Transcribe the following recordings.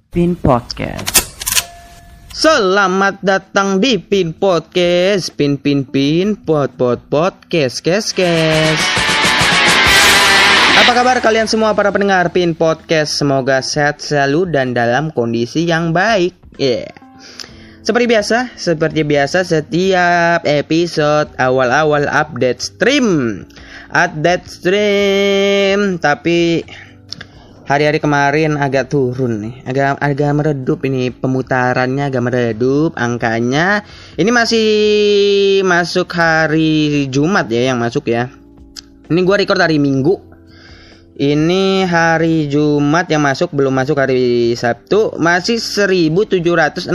Pin Podcast. Selamat datang di Pin Podcast. Pin podcast. Apa kabar kalian semua para pendengar Pin Podcast? Semoga sehat selalu dan dalam kondisi yang baik. Seperti biasa setiap episode awal-awal update stream. Tapi hari-hari kemarin agak turun nih, agak meredup ini, pemutarannya agak meredup angkanya. Ini masih masuk hari Jumat ya yang masuk ya. Ini gua record hari Minggu. Ini hari Jumat yang masuk, belum masuk hari Sabtu. Masih 1768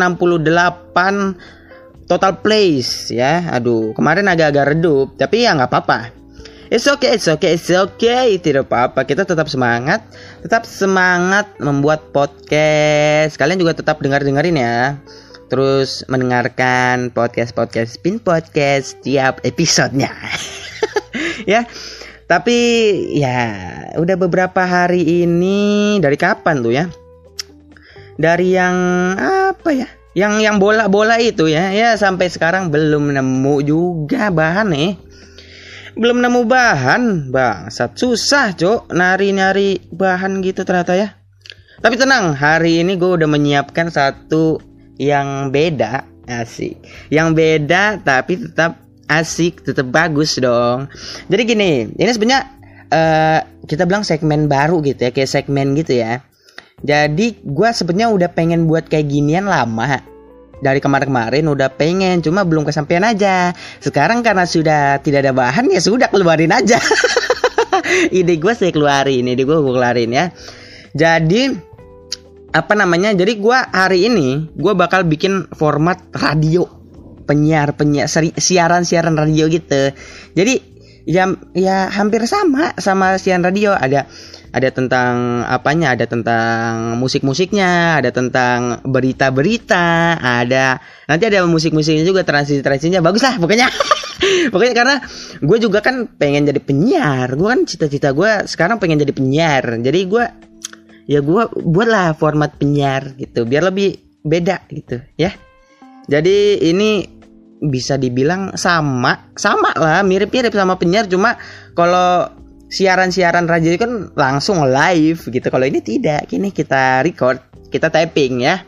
total plays ya. Aduh, kemarin agak-agak redup, tapi ya nggak apa-apa. It's okay. Tidak apa-apa. Kita tetap semangat membuat podcast. Kalian juga tetap dengerin ya. Terus mendengarkan podcast Pin Podcast setiap episodenya. Ya. Tapi ya udah beberapa hari ini, dari kapan tuh ya? Dari yang apa ya? Yang bola-bola itu ya. Ya sampai sekarang belum nemu juga bahan nih. Belum nemu bahan, bangsat, susah cok nari bahan gitu ternyata ya. Tapi tenang, hari ini gue udah menyiapkan satu yang beda, asik. Yang beda tapi tetap asik, tetap bagus dong. Jadi gini, ini sebenarnya kita bilang segmen baru gitu ya, kayak segmen gitu ya. Jadi gue sebenarnya udah pengen buat kayak ginian lama. Dari kemarin udah pengen, cuma belum kesampaian aja. Sekarang karena sudah tidak ada bahan, ya sudah keluarin aja. Ide gue saya keluarin, gue keluarin ya. Jadi Jadi gue hari ini gue bakal bikin format radio, penyiar siaran radio gitu. Jadi ya hampir sama siaran radio. Ada tentang apanya, ada tentang musik-musiknya, ada tentang berita-berita, nanti ada musik-musiknya juga, transisi-transisinya bagus lah pokoknya. Pokoknya karena gue juga kan pengen jadi penyiar. Gue kan cita-cita gue sekarang pengen jadi penyiar. Jadi gue buatlah format penyiar gitu, biar lebih beda gitu ya. Jadi ini bisa dibilang sama lah, mirip-mirip sama penyiar, cuma kalau siaran radio kan langsung live gitu. Kalau ini tidak, kini kita record, kita typing ya.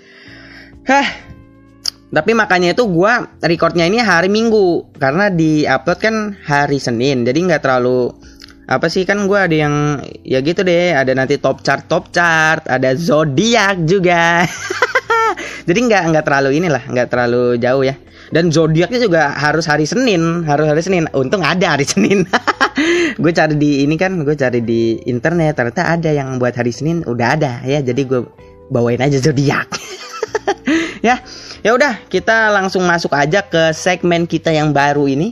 Tapi makanya itu gue recordnya ini hari Minggu, karena di upload kan hari Senin. Jadi nggak terlalu kan gue ada yang ya gitu deh. Ada nanti top chart, ada zodiak juga. Jadi nggak terlalu jauh ya. Dan zodiaknya juga harus hari Senin. Untung ada hari Senin. Gue cari di internet, ternyata ada yang buat hari Senin, udah ada ya. Jadi gue bawain aja zodiak. Ya udah, kita langsung masuk aja ke segmen kita yang baru ini.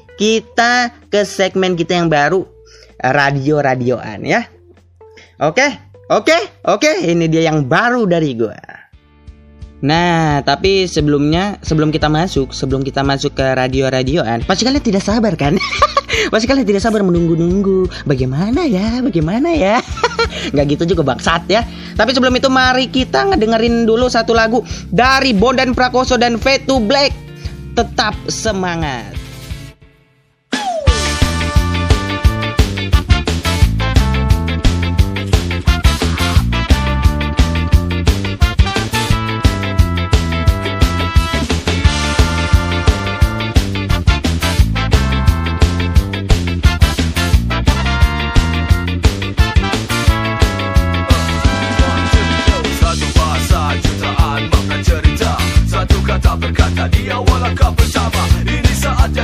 Radio-radioan ya. Oke. Ini dia yang baru dari gue. Nah, tapi sebelum kita masuk ke radio-radioan, pasti kalian tidak sabar kan? Pasti kalian tidak sabar menunggu bagaimana ya? Nggak gitu juga bangsat ya. Tapi sebelum itu mari kita ngedengerin dulu satu lagu dari Bondan Prakoso dan Fade to Black. Tetap semangat. Berkata di awal langkah bersama. Ini saat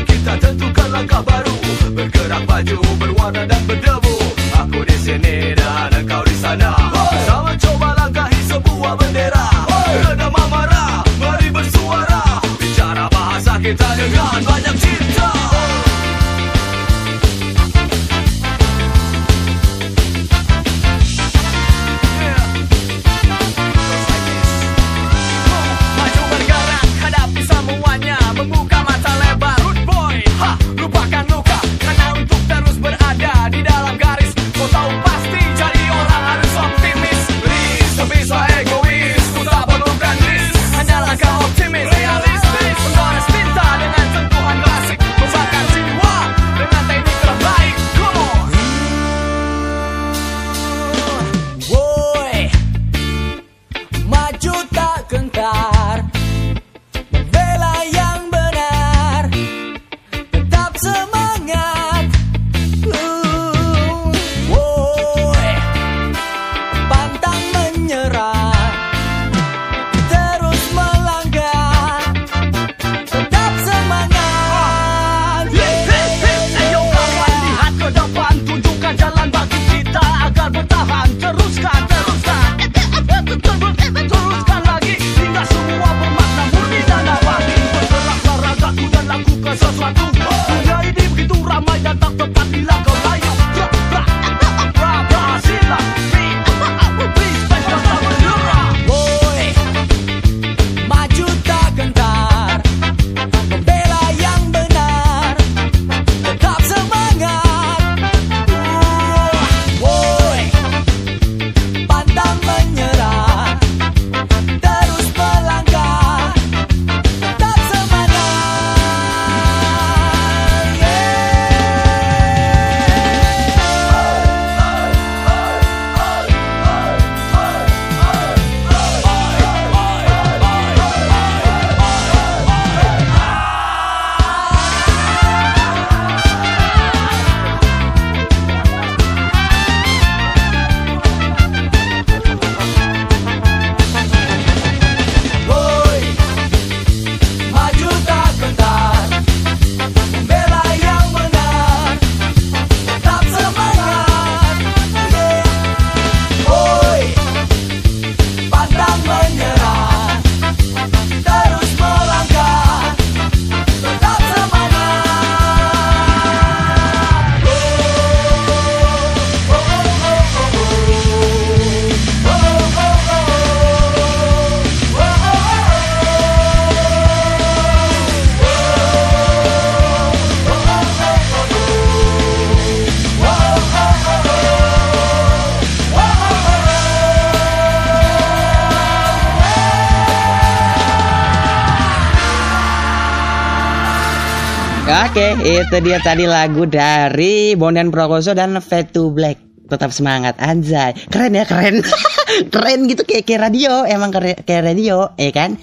Oke, itu dia tadi lagu dari Bondan Prakoso dan Fade to Black. Tetap semangat, anjay. Keren ya, keren. Keren gitu kayak radio, emang kayak radio, kan?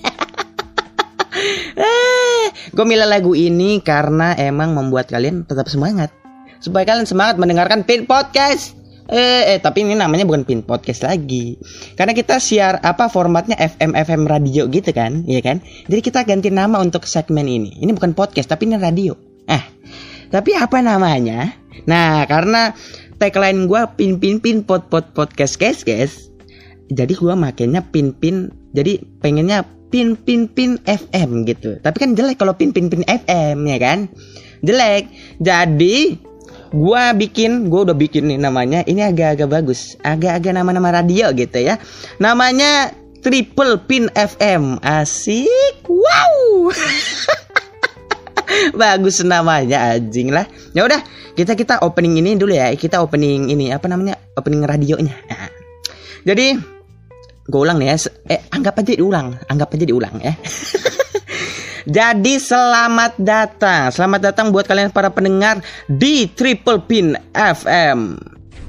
Gue milih lagu ini karena emang membuat kalian tetap semangat. Supaya kalian semangat mendengarkan Pin Podcast. Tapi ini namanya bukan Pin Podcast lagi. Karena kita siar formatnya FM radio gitu kan, iya kan? Jadi kita ganti nama untuk segmen ini. Ini bukan podcast tapi ini radio. Tapi apa namanya? Nah, karena tagline gue pin podcast guys. Jadi gue makainya pin. Jadi pengennya pin FM gitu. Tapi kan jelek kalau pin FM ya kan? Jelek. Jadi gue udah bikin nih namanya. Ini agak-agak bagus, agak-agak nama-nama radio gitu ya. Namanya Triple Pin FM. Asik. Wow. Bagus namanya, anjing lah. Ya udah, kita opening ini dulu ya. Kita opening ini opening radionya. Jadi gue ulang nih ya. Anggap aja diulang ya. Jadi selamat datang buat kalian para pendengar di Triple Pin FM.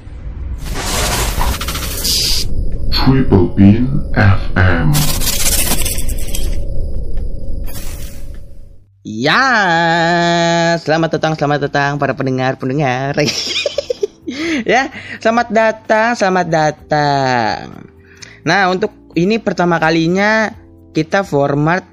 Triple Pin FM. Ya, selamat datang para pendengar. Ya, selamat datang. Nah, untuk ini pertama kalinya kita format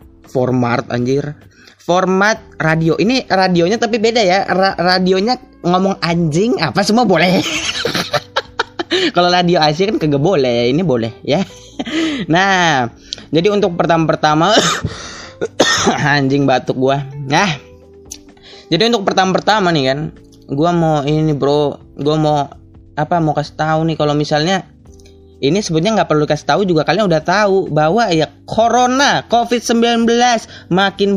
radio. Ini radionya tapi beda ya. Radionya ngomong anjing apa semua boleh. Kalau radio Asia kan kagak boleh. Ini boleh ya. Nah, jadi untuk pertama anjing batuk gua. Nah, jadi untuk pertama nih kan, gua mau ini bro, gua mau kasih tahu nih kalau misalnya ini sebetulnya nggak perlu kasih tahu juga, kalian udah tahu bahwa ya corona COVID-19 makin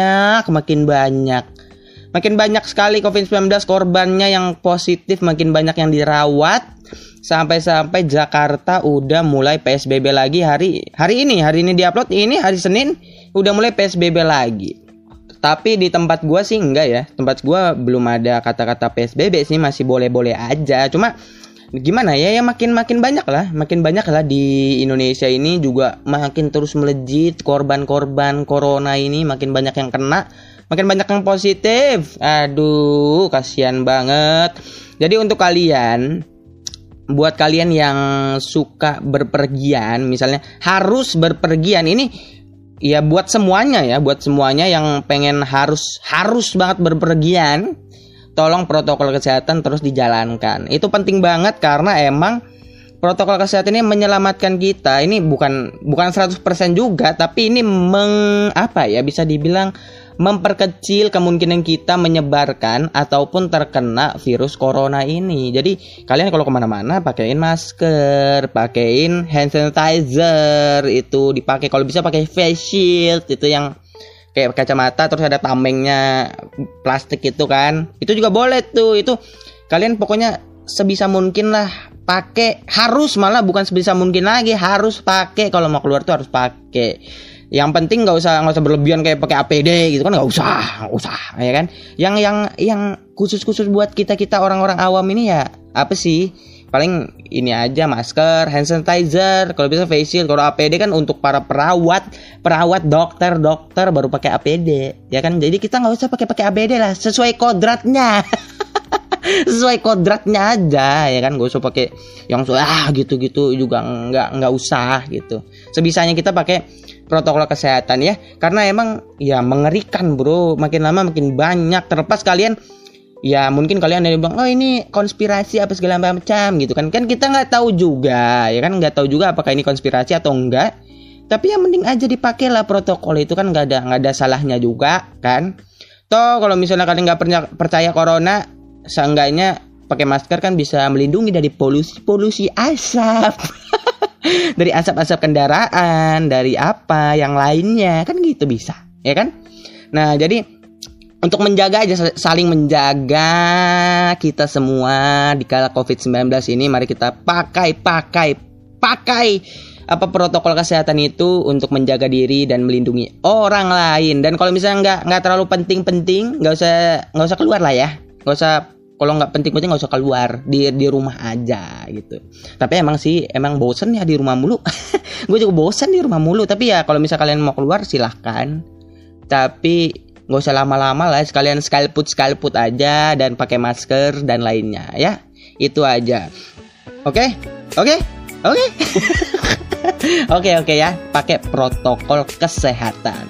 banyak sekali COVID-19 korbannya yang positif, makin banyak yang dirawat, sampai Jakarta udah mulai PSBB lagi hari ini diupload ini hari Senin udah mulai PSBB lagi. Tapi di tempat gua sih enggak ya, tempat gua belum ada kata-kata PSBB sih, masih boleh-boleh aja. Cuma gimana ya makin banyak lah di Indonesia ini juga makin terus melejit korban corona ini, makin banyak yang kena, makin banyak yang positif. Aduh, kasihan banget. Jadi untuk buat kalian yang suka berpergian, misalnya harus berpergian ini ya buat semuanya yang pengen harus banget berpergian, tolong protokol kesehatan terus dijalankan. Itu penting banget karena emang protokol kesehatan ini menyelamatkan kita. Ini bukan 100% juga, tapi ini bisa dibilang memperkecil kemungkinan kita menyebarkan ataupun terkena virus corona ini. Jadi kalian kalau kemana-mana pakein masker, pakein hand sanitizer, itu dipakai, kalau bisa pakai face shield itu yang kayak kacamata terus ada tamengnya plastik itu kan, itu juga boleh tuh. Itu kalian pokoknya sebisa mungkin lah pakai, harus, malah bukan sebisa mungkin lagi, harus pakai. Kalau mau keluar tuh harus pakai. Yang penting nggak usah berlebihan kayak pakai APD gitu kan, nggak usah ya kan. Yang khusus buat kita orang-orang awam ini ya apa sih, paling ini aja, masker, hand sanitizer, kalau bisa face shield. Kalau APD kan untuk para perawat, dokter baru pakai APD ya kan. Jadi kita nggak usah pakai APD lah, sesuai kodratnya. Sesuai kodratnya aja ya kan, gak usah pakai yang gitu juga, nggak usah gitu. Sebisanya kita pakai protokol kesehatan ya, karena emang ya mengerikan bro, makin lama makin banyak. Terlepas kalian ya mungkin kalian ada yang bilang, oh ini konspirasi apa segala macam gitu kan kita nggak tahu juga ya kan, nggak tahu juga apakah ini konspirasi atau enggak. Tapi yang mending aja dipakai lah protokol itu kan, nggak ada salahnya juga kan. Toh kalau misalnya kalian nggak percaya corona, seenggaknya pakai masker kan bisa melindungi dari polusi asap. Dari asap-asap kendaraan, dari apa yang lainnya kan gitu bisa ya kan. Nah jadi untuk menjaga aja, saling menjaga kita semua di kala COVID-19 ini, mari kita pakai protokol kesehatan itu untuk menjaga diri dan melindungi orang lain. Dan kalau misalnya nggak terlalu penting-penting, nggak usah keluar lah ya. Nggak usah, kalau nggak penting-penting nggak usah keluar, di rumah aja gitu. Tapi emang bosen ya di rumah mulu. Gue juga bosen di rumah mulu. Tapi ya kalau misalnya kalian mau keluar silahkan. Tapi nggak usah lama-lama lah. Sekalian skalput aja dan pakai masker dan lainnya ya. Itu aja. Oke. Oke ya, pakai protokol kesehatan.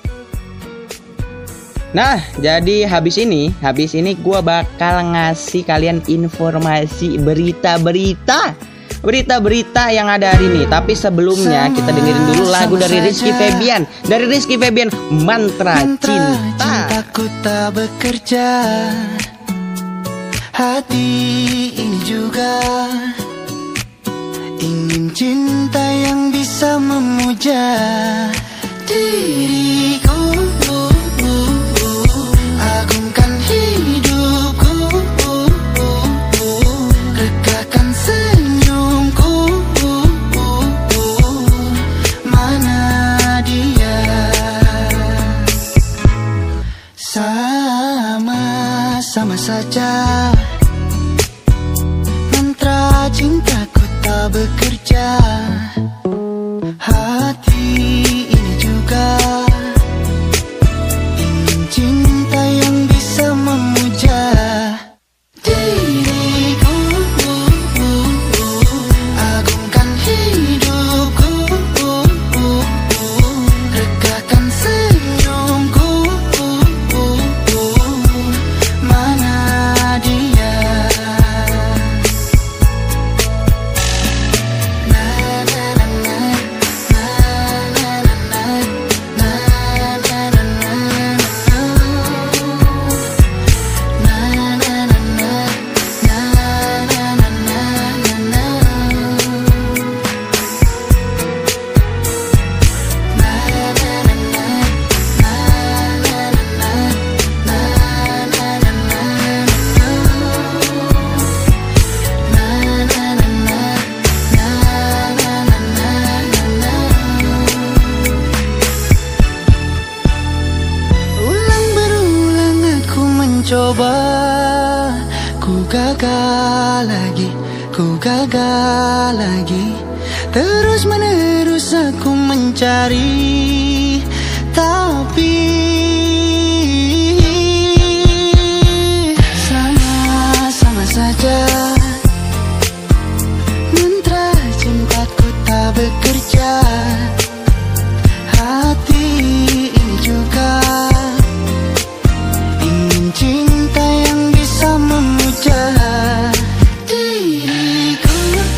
Nah, jadi habis ini gue bakal ngasih kalian informasi berita-berita yang ada hari ini. Tapi sebelumnya kita dengerin dulu lagu dari Rizky Febian. Dari Rizky Febian, Mantra Cinta. Cintaku tak bekerja, hati ini juga ingin cinta yang bisa memuja diriku, agungkan hidupku, regakan senyumku. Mana dia? Sama saja, mantra cintaku tak bekerja, hati ini juga ingin cinta yang bisa memuja diriku, agungkan hidupku, regakan senyumku. Mana dia? Coba, ku gagal lagi, terus menerus aku mencari, tapi sama saja, mantra cintaku tak bekerja, hati ini juga cinta yang bisa memuja diriku,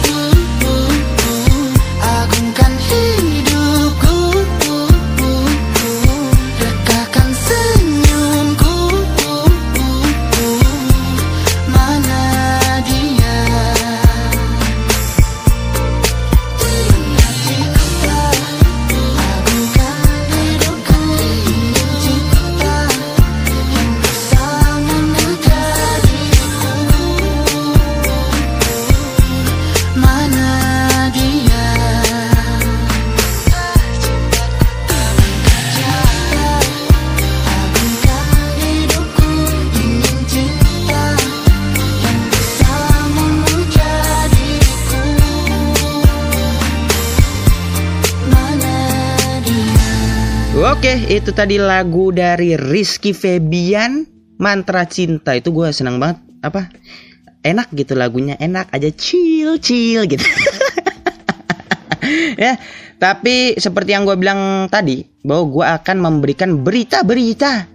agungkan hidupku, regakan senyumku. Mana dia? Agungkan hidupku, cinta yang bisa memuja diriku. Mana dia? Agungkan hidupku, ingin cinta yang bisa memuja diriku. Mana dia? Oke, itu tadi lagu dari Rizky Febian, Mantra Cinta. Itu gue senang banget. Enak gitu lagunya, enak aja, chill gitu. Ya, tapi seperti yang gue bilang tadi, bahwa gue akan memberikan berita-berita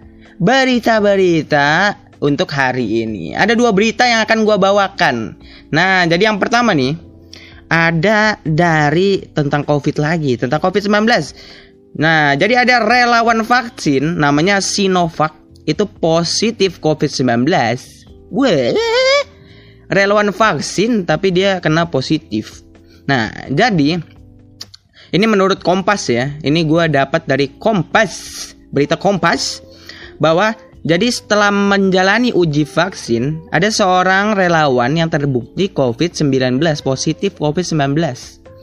untuk hari ini. Ada 2 berita yang akan gue bawakan. Nah, jadi yang pertama nih, ada dari tentang COVID lagi, tentang COVID-19. Nah, jadi ada relawan vaksin namanya Sinovac, itu positif COVID-19. Weh, relawan vaksin tapi dia kena positif. Nah, jadi ini menurut Kompas ya. Ini gue dapat dari Kompas, berita Kompas, bahwa jadi setelah menjalani uji vaksin, ada seorang relawan yang terbukti COVID-19, positif COVID-19.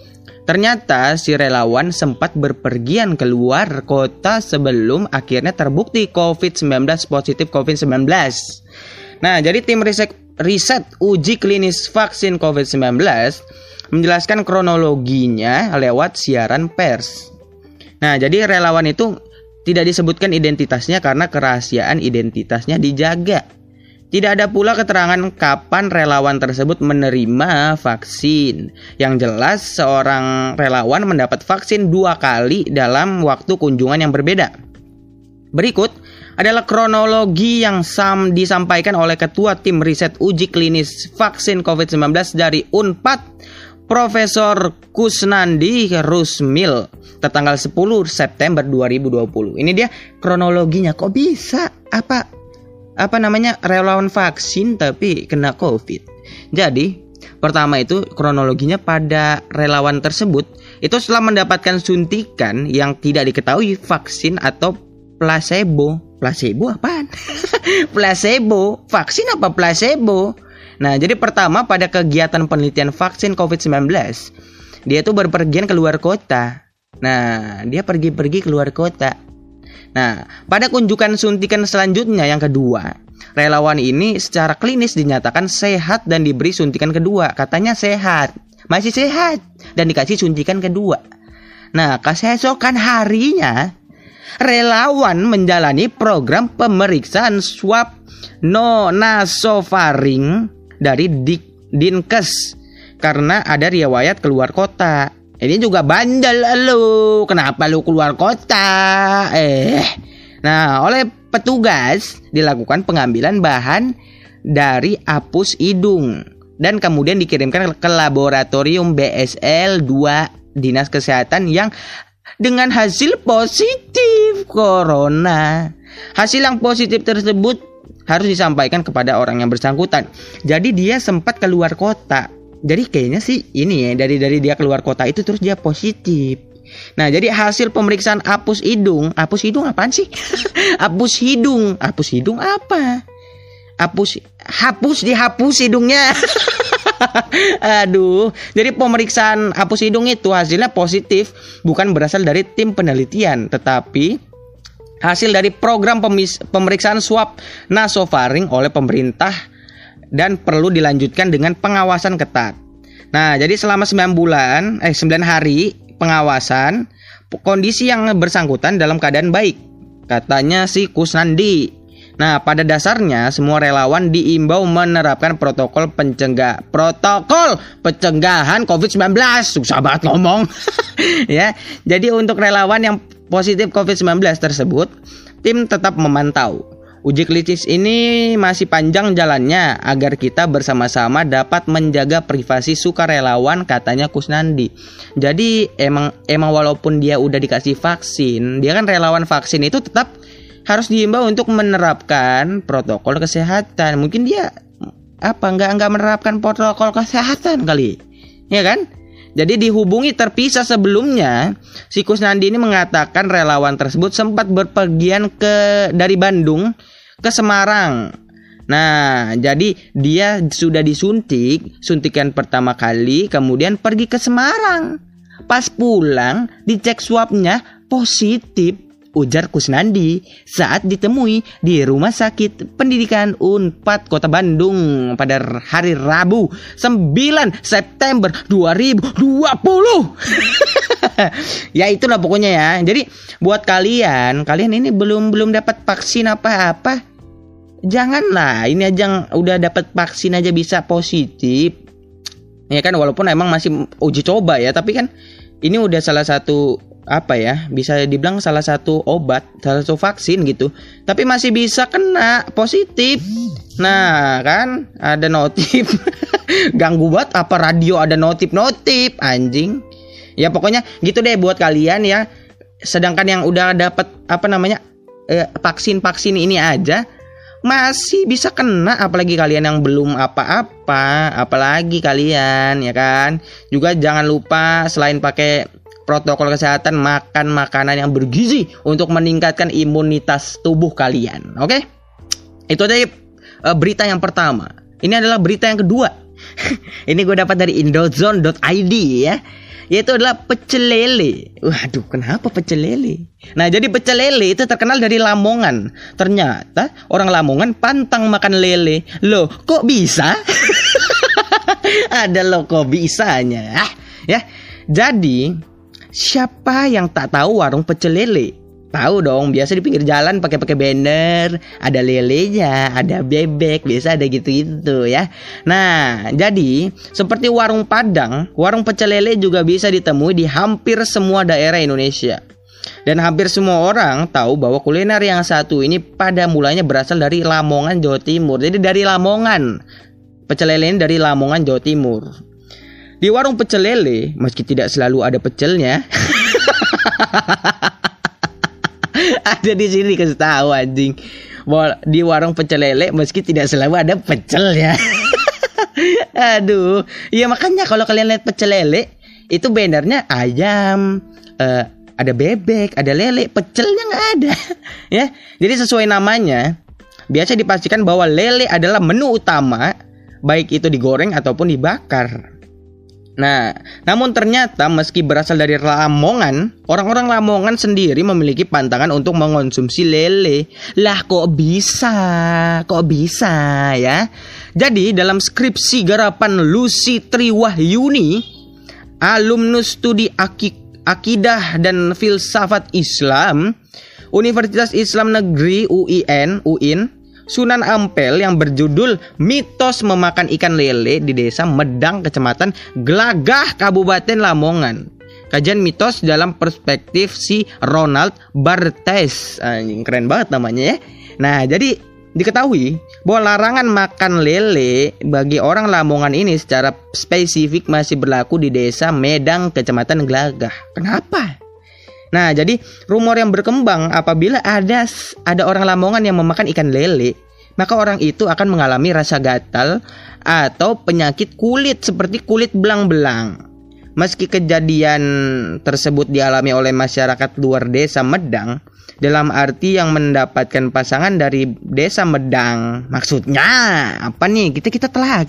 Ternyata si relawan sempat berpergian keluar kota sebelum akhirnya terbukti positif COVID-19. Nah, jadi tim riset uji klinis vaksin COVID-19 menjelaskan kronologinya lewat siaran pers. Nah, jadi relawan itu tidak disebutkan identitasnya karena kerahasiaan identitasnya dijaga. Tidak ada pula keterangan kapan relawan tersebut menerima vaksin. Yang jelas seorang relawan mendapat vaksin 2 kali dalam waktu kunjungan yang berbeda. Berikut adalah kronologi yang disampaikan oleh Ketua Tim Riset Uji Klinis Vaksin COVID-19 dari UNPAD, Profesor Kusnandi Rusmil, tertanggal 10 September 2020. Ini dia kronologinya. Kok bisa? Apa namanya relawan vaksin tapi kena COVID. Jadi pertama itu kronologinya pada relawan tersebut itu setelah mendapatkan suntikan yang tidak diketahui vaksin atau placebo. Placebo apaan? Placebo. Vaksin apa placebo? Nah, jadi pertama pada kegiatan penelitian vaksin COVID-19 dia tuh berpergian keluar kota. Nah, dia pergi keluar kota. Nah, pada kunjungan suntikan selanjutnya yang kedua, relawan ini secara klinis dinyatakan sehat dan diberi suntikan kedua. Katanya sehat, masih sehat, dan dikasih suntikan kedua. Nah, keesokan harinya, relawan menjalani program pemeriksaan swab nasofaring dari Dinkes karena ada riwayat keluar kota. Ini juga bandel lu. Kenapa lu keluar kota? Nah, oleh petugas dilakukan pengambilan bahan dari apus hidung dan kemudian dikirimkan ke laboratorium BSL 2 Dinas Kesehatan yang dengan hasil positif corona. Hasil yang positif tersebut harus disampaikan kepada orang yang bersangkutan. Jadi dia sempat keluar kota. Jadi kayaknya sih ini ya dari dia keluar kota itu terus dia positif. Nah, jadi hasil pemeriksaan apus hidung apaan sih? Apus hidung apa? Dihapus hidungnya. Aduh, jadi pemeriksaan apus hidung itu hasilnya positif bukan berasal dari tim penelitian, tetapi hasil dari program pemeriksaan swab nasofaring oleh pemerintah dan perlu dilanjutkan dengan pengawasan ketat. Nah, jadi selama 9 hari pengawasan, kondisi yang bersangkutan dalam keadaan baik, katanya si Kusnandi. Nah, pada dasarnya semua relawan diimbau menerapkan protokol pencegahan COVID-19. Susah banget ngomong. Ya, jadi untuk relawan yang positif COVID-19 tersebut, tim tetap memantau. Uji klinis ini masih panjang jalannya agar kita bersama-sama dapat menjaga privasi sukarelawan, katanya Kusnandi. Jadi emang walaupun dia udah dikasih vaksin, dia kan relawan vaksin itu tetap harus diimbau untuk menerapkan protokol kesehatan. Mungkin dia nggak menerapkan protokol kesehatan kali, ya kan? Jadi dihubungi terpisah sebelumnya, si Kusnandi ini mengatakan relawan tersebut sempat berpergian dari Bandung ke Semarang. Nah, jadi dia sudah suntikan pertama kali, kemudian pergi ke Semarang. Pas pulang, dicek swabnya positif, ujar Kusnandi saat ditemui di Rumah Sakit Pendidikan Unpad Kota Bandung pada hari Rabu 9 September 2020. Ya itulah pokoknya ya. Jadi buat kalian ini belum dapat vaksin apa-apa, janganlah ini aja udah dapat vaksin aja bisa positif. Ya kan, walaupun emang masih uji coba ya, tapi kan ini udah salah satu bisa dibilang salah satu obat, salah satu vaksin gitu, tapi masih bisa kena positif. Nah kan ada notif. Ganggu banget, apa radio ada notif anjing. Ya pokoknya gitu deh buat kalian ya. Sedangkan yang udah dapat vaksin ini aja masih bisa kena, apalagi kalian yang belum apa-apa, apalagi kalian ya kan. Juga jangan lupa selain pakai protokol kesehatan, makan makanan yang bergizi untuk meningkatkan imunitas tubuh kalian. Oke? Itu tadi berita yang pertama. Ini adalah berita yang kedua. Ini gue dapat dari indozone.id ya. yaitu adalah pecel lele. Waduh, kenapa pecel lele? Nah, jadi pecel lele itu terkenal dari Lamongan. Ternyata orang Lamongan pantang makan lele. Loh, kok bisa? Ada loh kok bisanya. Ya. Jadi, siapa yang tak tahu warung pecel lele? Tahu dong, biasa di pinggir jalan pakai banner, ada lelenya, ada bebek, biasa ada gitu-gitu ya. Nah, jadi seperti warung Padang, warung pecel lele juga bisa ditemui di hampir semua daerah Indonesia. Dan hampir semua orang tahu bahwa kuliner yang satu ini pada mulanya berasal dari Lamongan, Jawa Timur. Jadi dari Lamongan, pecel lele ini dari Lamongan, Jawa Timur. Di warung pecel lele, meski tidak selalu ada pecelnya, ada di sini kasih tahu anjing. Di warung pecel lele meski tidak selalu ada pecelnya. Aduh, ya makanya kalau kalian lihat pecel lele itu bannernya ayam, ada bebek, ada lele, pecelnya nggak ada. Ya, jadi sesuai namanya, biasa dipastikan bahwa lele adalah menu utama, baik itu digoreng ataupun dibakar. Nah, namun ternyata meski berasal dari Lamongan, orang-orang Lamongan sendiri memiliki pantangan untuk mengonsumsi lele. Lah kok bisa? Kok bisa ya? Jadi dalam skripsi garapan Lucy Triwahyuni, alumnus studi Akidah dan Filsafat Islam, Universitas Islam Negeri UIN, Sunan Ampel yang berjudul Mitos Memakan Ikan Lele di Desa Medang, Kecamatan Glagah, Kabupaten Lamongan. Kajian mitos dalam perspektif si Ronald Barthes. Anjing, keren banget namanya ya. Nah, jadi diketahui bahwa larangan makan lele bagi orang Lamongan ini secara spesifik masih berlaku di Desa Medang, Kecamatan Glagah. Kenapa? Nah, jadi rumor yang berkembang apabila ada orang Lamongan yang memakan ikan lele, maka orang itu akan mengalami rasa gatal atau penyakit kulit seperti kulit belang-belang. Meski kejadian tersebut dialami oleh masyarakat luar Desa Medang, dalam arti yang mendapatkan pasangan dari Desa Medang. Maksudnya apa nih? Kita telah.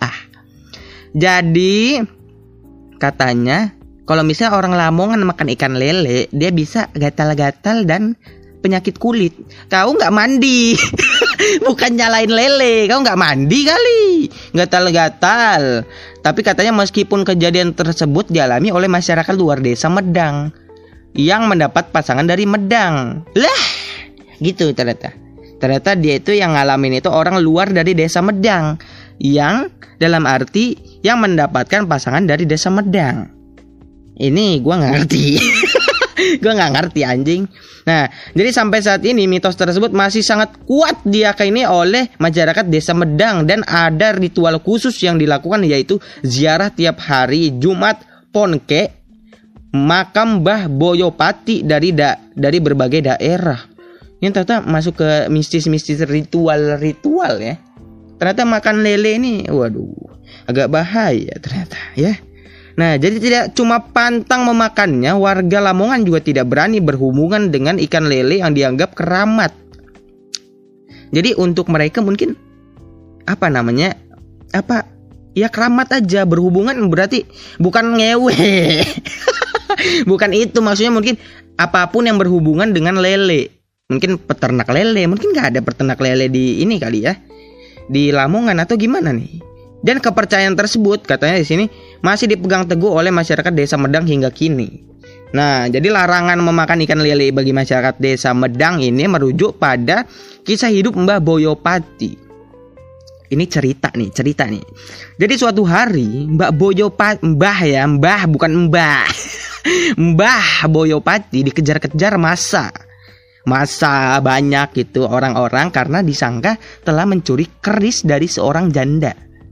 Jadi katanya kalau misalnya orang Lamongan makan ikan lele, dia bisa gatal-gatal dan penyakit kulit. Kau nggak mandi, bukan nyalain lele. Kau nggak mandi kali, gatal-gatal. Tapi katanya meskipun kejadian tersebut dialami oleh masyarakat luar Desa Medang yang mendapat pasangan dari Medang. Lah, gitu ternyata. Ternyata dia itu yang ngalamin itu orang luar dari Desa Medang, yang dalam arti yang mendapatkan pasangan dari Desa Medang. Ini gue gak ngerti. Gue gak ngerti anjing. Nah, jadi sampai saat ini mitos tersebut masih sangat kuat diyakini oleh masyarakat Desa Medang. Dan ada ritual khusus yang dilakukan, yaitu ziarah tiap hari Jumat Ponke makam Mbah Boyopati dari berbagai daerah. Ini ternyata masuk ke mistis-mistis ritual ya. Ternyata makan lele ini, waduh, agak bahaya ternyata ya. Nah, jadi tidak cuma pantang memakannya, warga Lamongan juga tidak berani berhubungan dengan ikan lele yang dianggap keramat. Jadi untuk mereka mungkin ya keramat aja, berhubungan berarti bukan ngewe. Bukan itu maksudnya, mungkin apapun yang berhubungan dengan lele. Mungkin peternak lele, mungkin gak ada peternak lele di ini kali ya, di Lamongan atau gimana nih. Dan kepercayaan tersebut katanya di sini masih dipegang teguh oleh masyarakat Desa Medang hingga kini. Nah, jadi larangan memakan ikan lele bagi masyarakat Desa Medang ini merujuk pada kisah hidup Mbah Boyopati. Ini cerita nih. Jadi suatu hari Mbah Boyopati dikejar-kejar massa banyak gitu orang-orang karena disangka telah mencuri keris dari seorang janda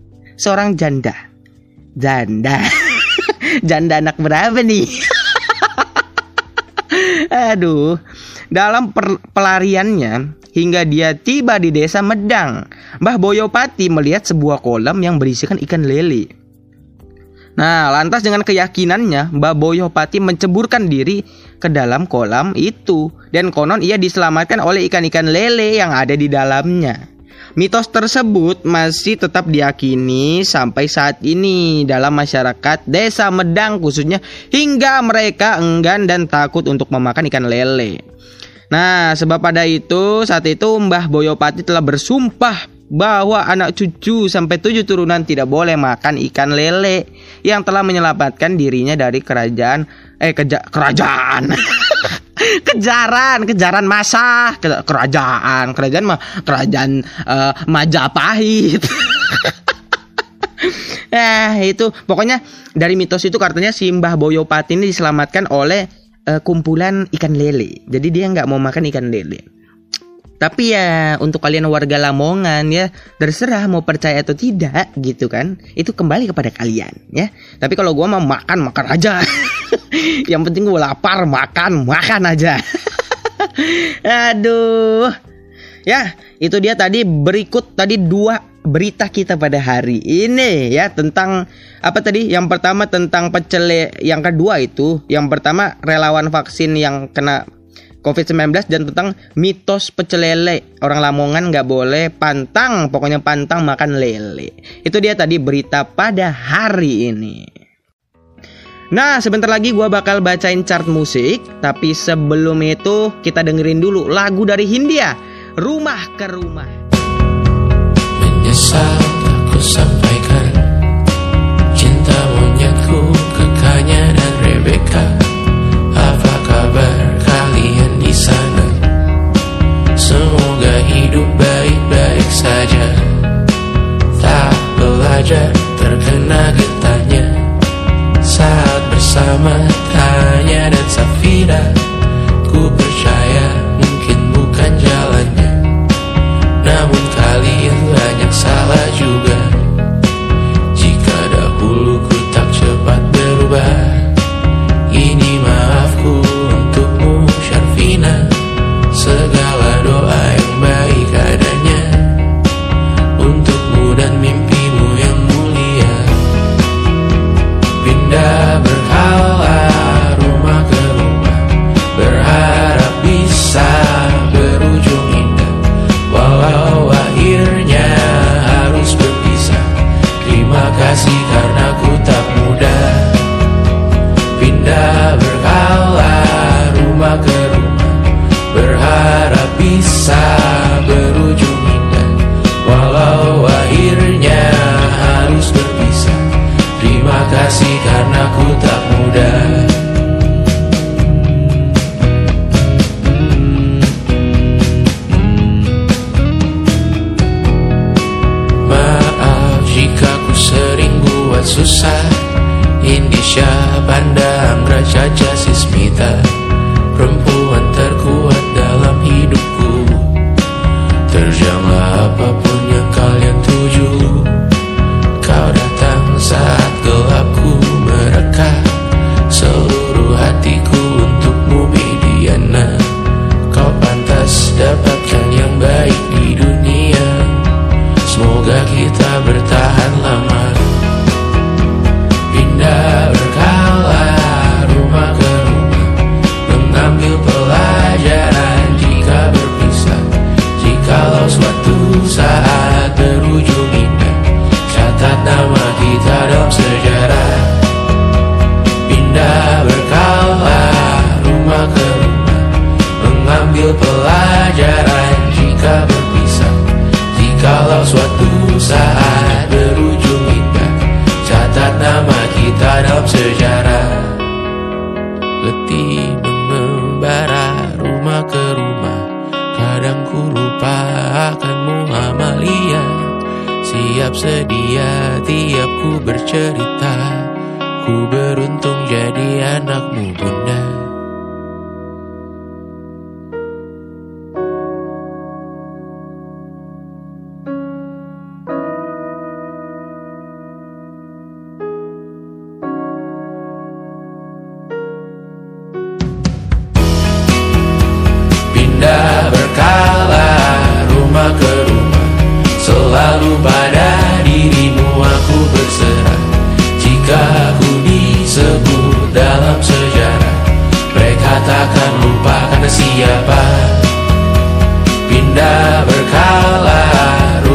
anak berapa nih? Aduh, dalam pelariannya hingga dia tiba di Desa Medang, Mbah Boyopati melihat sebuah kolam yang berisikan ikan lele. Nah, lantas dengan keyakinannya Mbah Boyopati menceburkan diri ke dalam kolam itu, dan konon ia diselamatkan oleh ikan-ikan lele yang ada di dalamnya. Mitos tersebut masih tetap diyakini sampai saat ini dalam masyarakat Desa Medang khususnya, hingga mereka enggan dan takut untuk memakan ikan lele. Nah, sebab pada itu saat itu Mbah Boyopati telah bersumpah bahwa anak cucu sampai 7 turunan tidak boleh makan ikan lele yang telah menyelamatkan dirinya dari kerajaan kejaran masa kerajaan Majapahit. Itu pokoknya dari mitos itu katanya si Mbah Boyopati ini diselamatkan oleh kumpulan ikan lele. Jadi dia nggak mau makan ikan lele. Tapi ya untuk kalian warga Lamongan ya, terserah mau percaya atau tidak gitu kan. Itu kembali kepada kalian ya. Tapi kalau gua mau makan aja. Yang penting gua lapar, makan aja. Aduh. Ya, itu dia tadi, berikut tadi 2 berita kita pada hari ini ya, tentang apa tadi? Yang pertama tentang pecele, yang kedua itu, yang pertama relawan vaksin yang kena COVID-19 dan tentang mitos pecel lele. Orang Lamongan nggak boleh pantang, pokoknya pantang makan lele. Itu dia tadi berita pada hari ini. Nah, sebentar lagi gue bakal bacain chart musik. Tapi sebelum itu kita dengerin dulu lagu dari Hindia, Rumah ke Rumah. Menyesal aku sampaikan cinta monyetku ke Kanya dan Rebecca. Apa kabar kalian di sana? Semoga hidup baik-baik saja. Tak belajar terkena getahnya saat bersama Tanya dan Safira. Ku percaya mungkin bukan jalannya, namun kalian banyak salah juga. Jika dahulu ku tak cepat berubah, ini maafku untukmu Syarfina. Segala doa yang baik adanya untukmu dan mimpimu yang mulia. Pindah berkala rumah ke rumah, berharap bisa berujung indah. Walau akhirnya harus berpisah, terima kasih karena ku tak mudah. Pindah berkala rumah ke rumah, berharap bisa berujung indah. Walau akhirnya harus berpisah, terima kasih karena ku tak mudah. Maaf jika ku sering buat susah. Indisha, Banda, Anggra, Caca, Sismita, perempuan terkuat dalam hidupku. Terjanglah apapun yang kalian tuju. Kau datang saat gelapku mereka. Seluruh hatiku untukmu Mediana. Kau pantas dapatkan yang baik di dunia. Semoga kita bertahan lama. Pindah berkala rumah ke rumah, mengambil pelajaran jika berpisah. Jikalau suatu saat berujung indah, catat nama kita dalam sejarah. Pindah berkala rumah ke rumah, mengambil pelajaran jika berpisah. Jikalau suatu saat berujung indah, catat nama kita dalam sejarah. Letih mengembara rumah ke rumah, kadang ku lupa akanmu Amalia. Siap sedia tiap ku bercerita, ku beruntung jadi anakmu bunda. Pindah berkala rumah ke rumah, selalu pada dirimu aku berserah. Jika aku disebut dalam sejarah, mereka takkan lupa karena siapa. Pindah berkala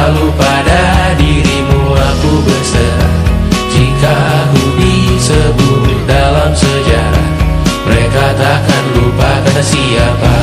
selalu pada dirimu aku berserah. Jika aku disebut dalam sejarah, mereka takkan lupa kata siapa.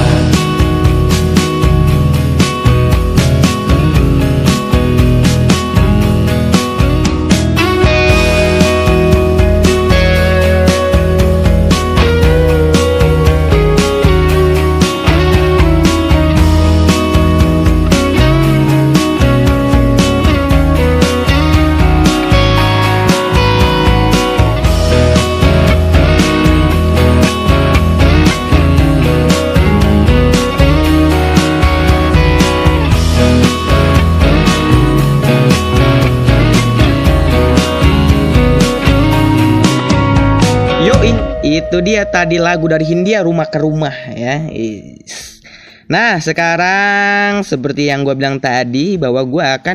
Itu dia tadi lagu dari Hindia, Rumah ke Rumah ya. Nah sekarang seperti yang gue bilang tadi, bahwa gue akan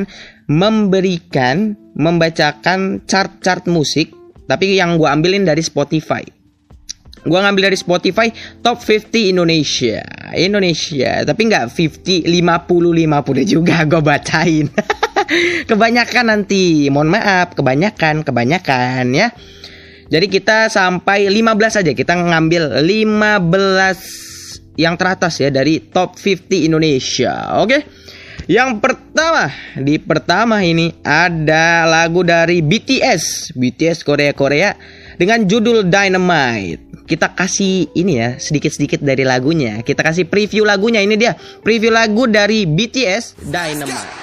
membacakan chart-chart musik, tapi yang gue ambilin dari Spotify. Gue ngambil dari Spotify Top 50 Indonesia, tapi nggak 50 juga gue bacain. Kebanyakan nanti, mohon maaf, kebanyakan ya. Jadi kita sampai 15 aja, kita ngambil 15 yang teratas ya dari Top 50 Indonesia. Oke. Yang pertama ini ada lagu dari BTS Korea dengan judul Dynamite. Kita kasih ini ya, sedikit-sedikit dari lagunya. Kita kasih preview lagunya. Ini dia preview lagu dari BTS Dynamite.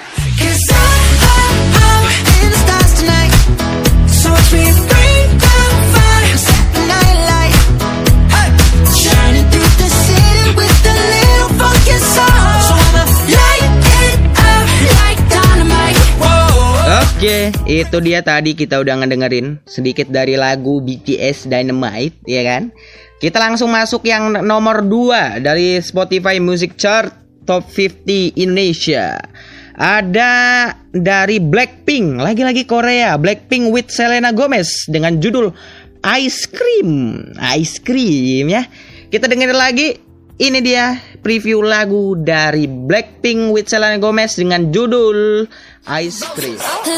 Oke, itu dia tadi kita udah ngedengerin sedikit dari lagu BTS Dynamite, ya kan? Kita langsung masuk yang nomor 2 dari Spotify Music Chart Top 50 Indonesia. Ada dari Blackpink, lagi-lagi Korea, Blackpink with Selena Gomez dengan judul Ice Cream ya. Kita dengerin lagi, ini dia preview lagu dari Blackpink with Selena Gomez dengan judul Ice Cream.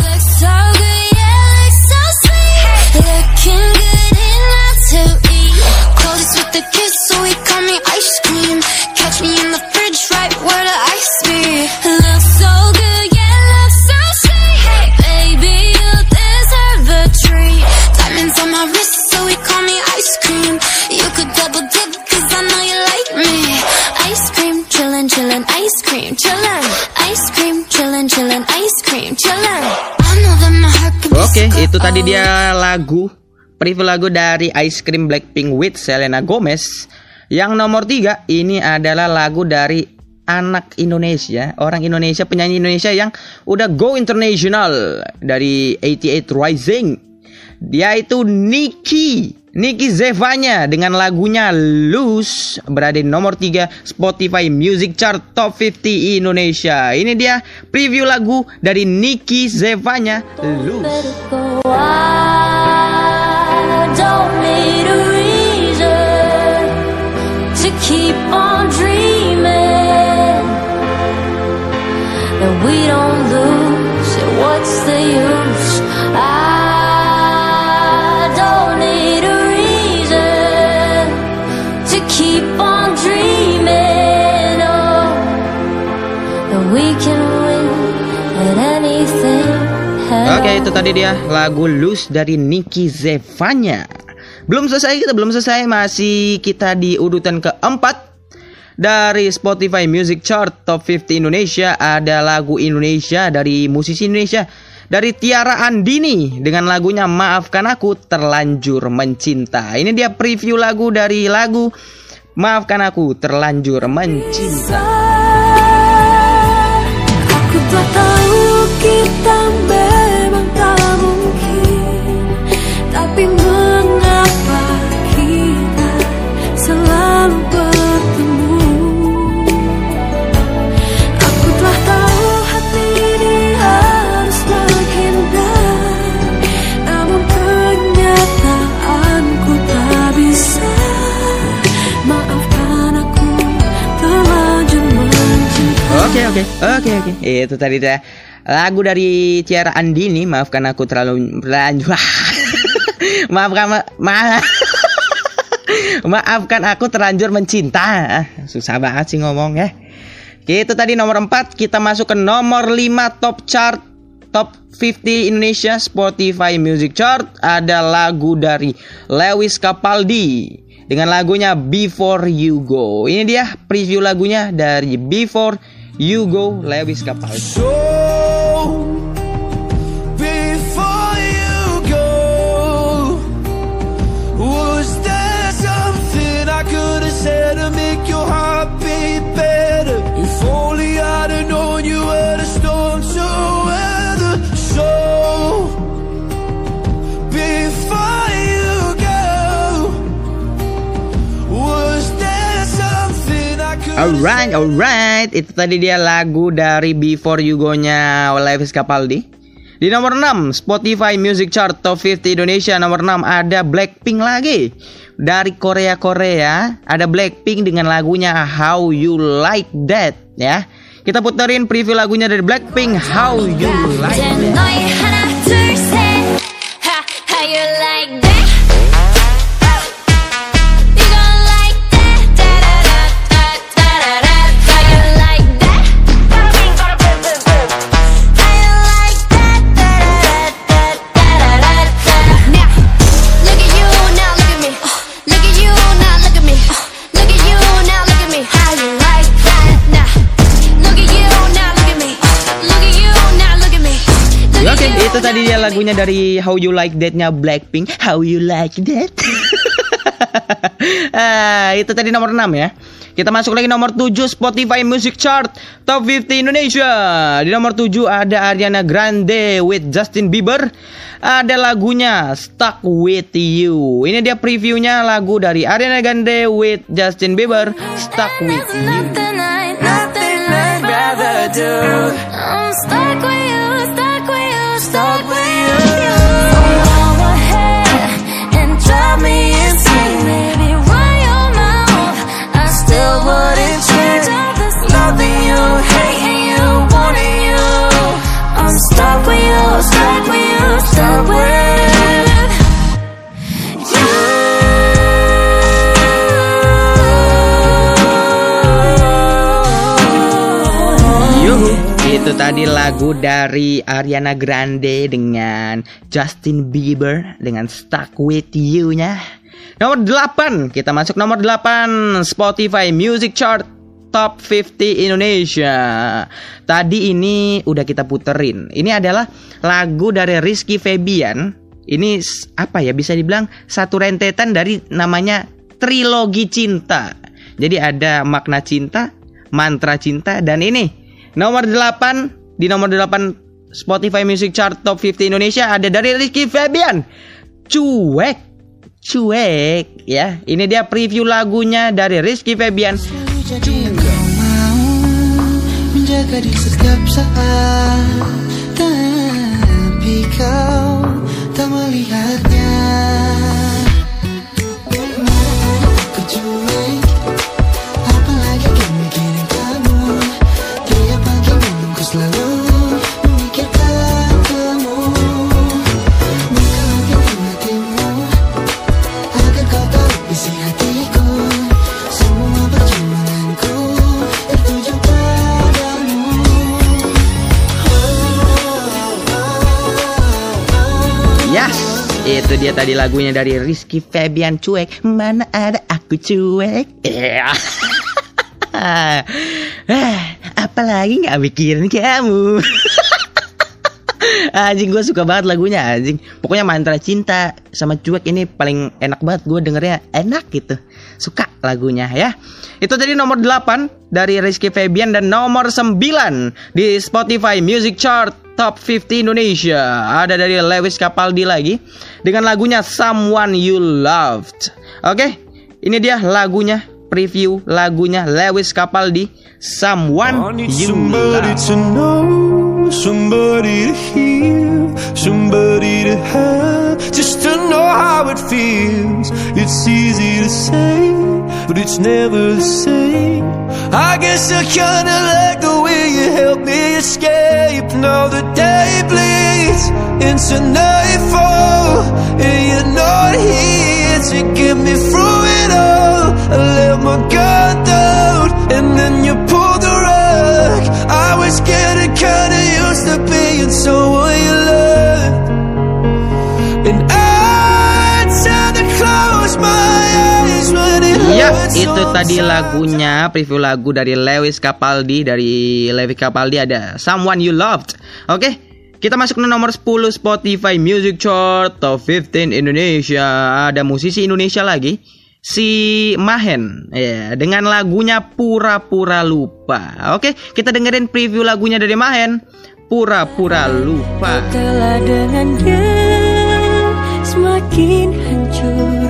Oke, itu tadi dia lagu preview lagu dari Ice Cream Blackpink with Selena Gomez. Yang nomor 3 ini adalah lagu dari anak Indonesia, orang Indonesia, penyanyi Indonesia yang udah go international dari 88 Rising. Dia itu Niki Zevanya dengan lagunya Loose, berada di nomor 3 Spotify Music Chart Top 50 Indonesia. Ini dia preview lagu dari Niki Zevanya, Loose. Oke, itu tadi dia lagu Loose dari Niki Zevanya. Kita belum selesai, masih kita di urutan keempat dari Spotify Music Chart Top 50 Indonesia. Ada lagu Indonesia dari musisi Indonesia, dari Tiara Andini dengan lagunya Maafkan Aku Terlanjur Mencinta. Ini dia preview lagu dari lagu Maafkan Aku Terlanjur Mencinta. Aku tak tahu kita memang tak mungkin, tapi mengapa kita selalu bertemu? Aku telah tahu hati ini harus menghindar, namun kenyataanku tak bisa. Maafkan aku terlanjur mencinta. Oke. Itu tadi dah Lagu dari Ciara Andini, maafkan aku terlalu maafkan aku terlanjur mencinta. Susah banget sih ngomong ya. Itu tadi nomor 4. Kita masuk ke nomor 5 top chart, top 50 Indonesia Spotify Music Chart. Ada lagu dari Lewis Capaldi dengan lagunya Before You Go. Ini dia preview lagunya dari Before You Go, Lewis Capaldi. So, before you go, was there something I could have said to make your heart beat better? If only I'd have known you were the storm to weather. So, before you go, was there something I could have said? Alright, itu tadi dia lagu dari Before You Go-nya Lewis Capaldi. Di nomor 6 Spotify Music Chart Top 50 Indonesia, nomor 6 ada Blackpink lagi. Dari Korea, ada Blackpink dengan lagunya How You Like That ya. Kita puterin preview lagunya dari Blackpink, How You Like That. Itu tadi dia lagunya dari How You Like That-nya Blackpink, How You Like That. Itu tadi nomor 6 ya. Kita masuk lagi nomor 7 Spotify Music Chart Top 50 Indonesia. Di nomor 7 ada Ariana Grande with Justin Bieber. Ada lagunya Stuck With You. Ini dia previewnya lagu dari Ariana Grande with Justin Bieber, Stuck With You. Nothing I'd rather do. I'm stuck with you. Stuck with you. So go ahead and drive me insane. Maybe run your mouth, I still wouldn't change. There's nothing you hate and you wanting you. I'm stuck with you, stuck with you, stuck with you. Itu tadi lagu dari Ariana Grande dengan Justin Bieber dengan Stuck With You-nya. Nomor 8, kita masuk nomor 8 Spotify Music Chart Top 50 Indonesia. Tadi ini udah kita puterin. Ini adalah lagu dari Rizky Febian. Ini apa ya, bisa dibilang satu rentetan dari namanya Trilogi Cinta. Jadi ada makna cinta, mantra cinta, dan ini nomor 8, di nomor 8 Spotify Music Chart Top 50 Indonesia ada dari Rizky Febian, Cuek ya. Ini dia preview lagunya dari Rizky Febian, Cuek. Mau menjaga di setiap saat, tapi kau tak melihatnya. Aku cuek, apalagi kan mikirin kamu. Tiap pagi minum ku selalu memikirkan kamu. Mengkalahkan hatimu agar kau tahu isi hatiku. Semua perjuanganku tertuju padamu. Yes, itu dia tadi lagunya dari Rizky Febian, Cuek. Mana ada aku cuek. Apalagi gak mikirin kamu. Anjing, gue suka banget lagunya anjing. Pokoknya mantra cinta sama Cuek ini paling enak banget, gue dengernya enak gitu. Suka lagunya ya. Itu tadi nomor 8 dari Rizky Febian. Dan nomor 9 di Spotify Music Chart Top 50 Indonesia ada dari Lewis Capaldi lagi dengan lagunya Someone You Loved. Oke, ini dia lagunya, preview lagunya Lewis Capaldi, Someone You Loved. To know, somebody to hear, somebody to have, just to know how it feels. It's easy to say, but it's never the same. I guess I kinda like the way you help me escape. Now the day bleeds into nightfall, and you're not here to get me through it all. I let my guard down, and then you pulled the rug. I was getting kinda used to being someone you loved, and I tried to close my eyes when it Ya, hurts itu tadi sometimes. lagunya, preview lagu dari Lewis Capaldi. Dari Lewis Capaldi ada Someone You Loved. Oke, kita masuk ke nomor 10 Spotify Music Chart Top 15 Indonesia. Ada musisi Indonesia lagi, si Mahen, ya, dengan lagunya Pura-Pura Lupa. Oke, kita dengerin preview lagunya dari Mahen, Pura-Pura Lupa. Telah dengan dia semakin hancur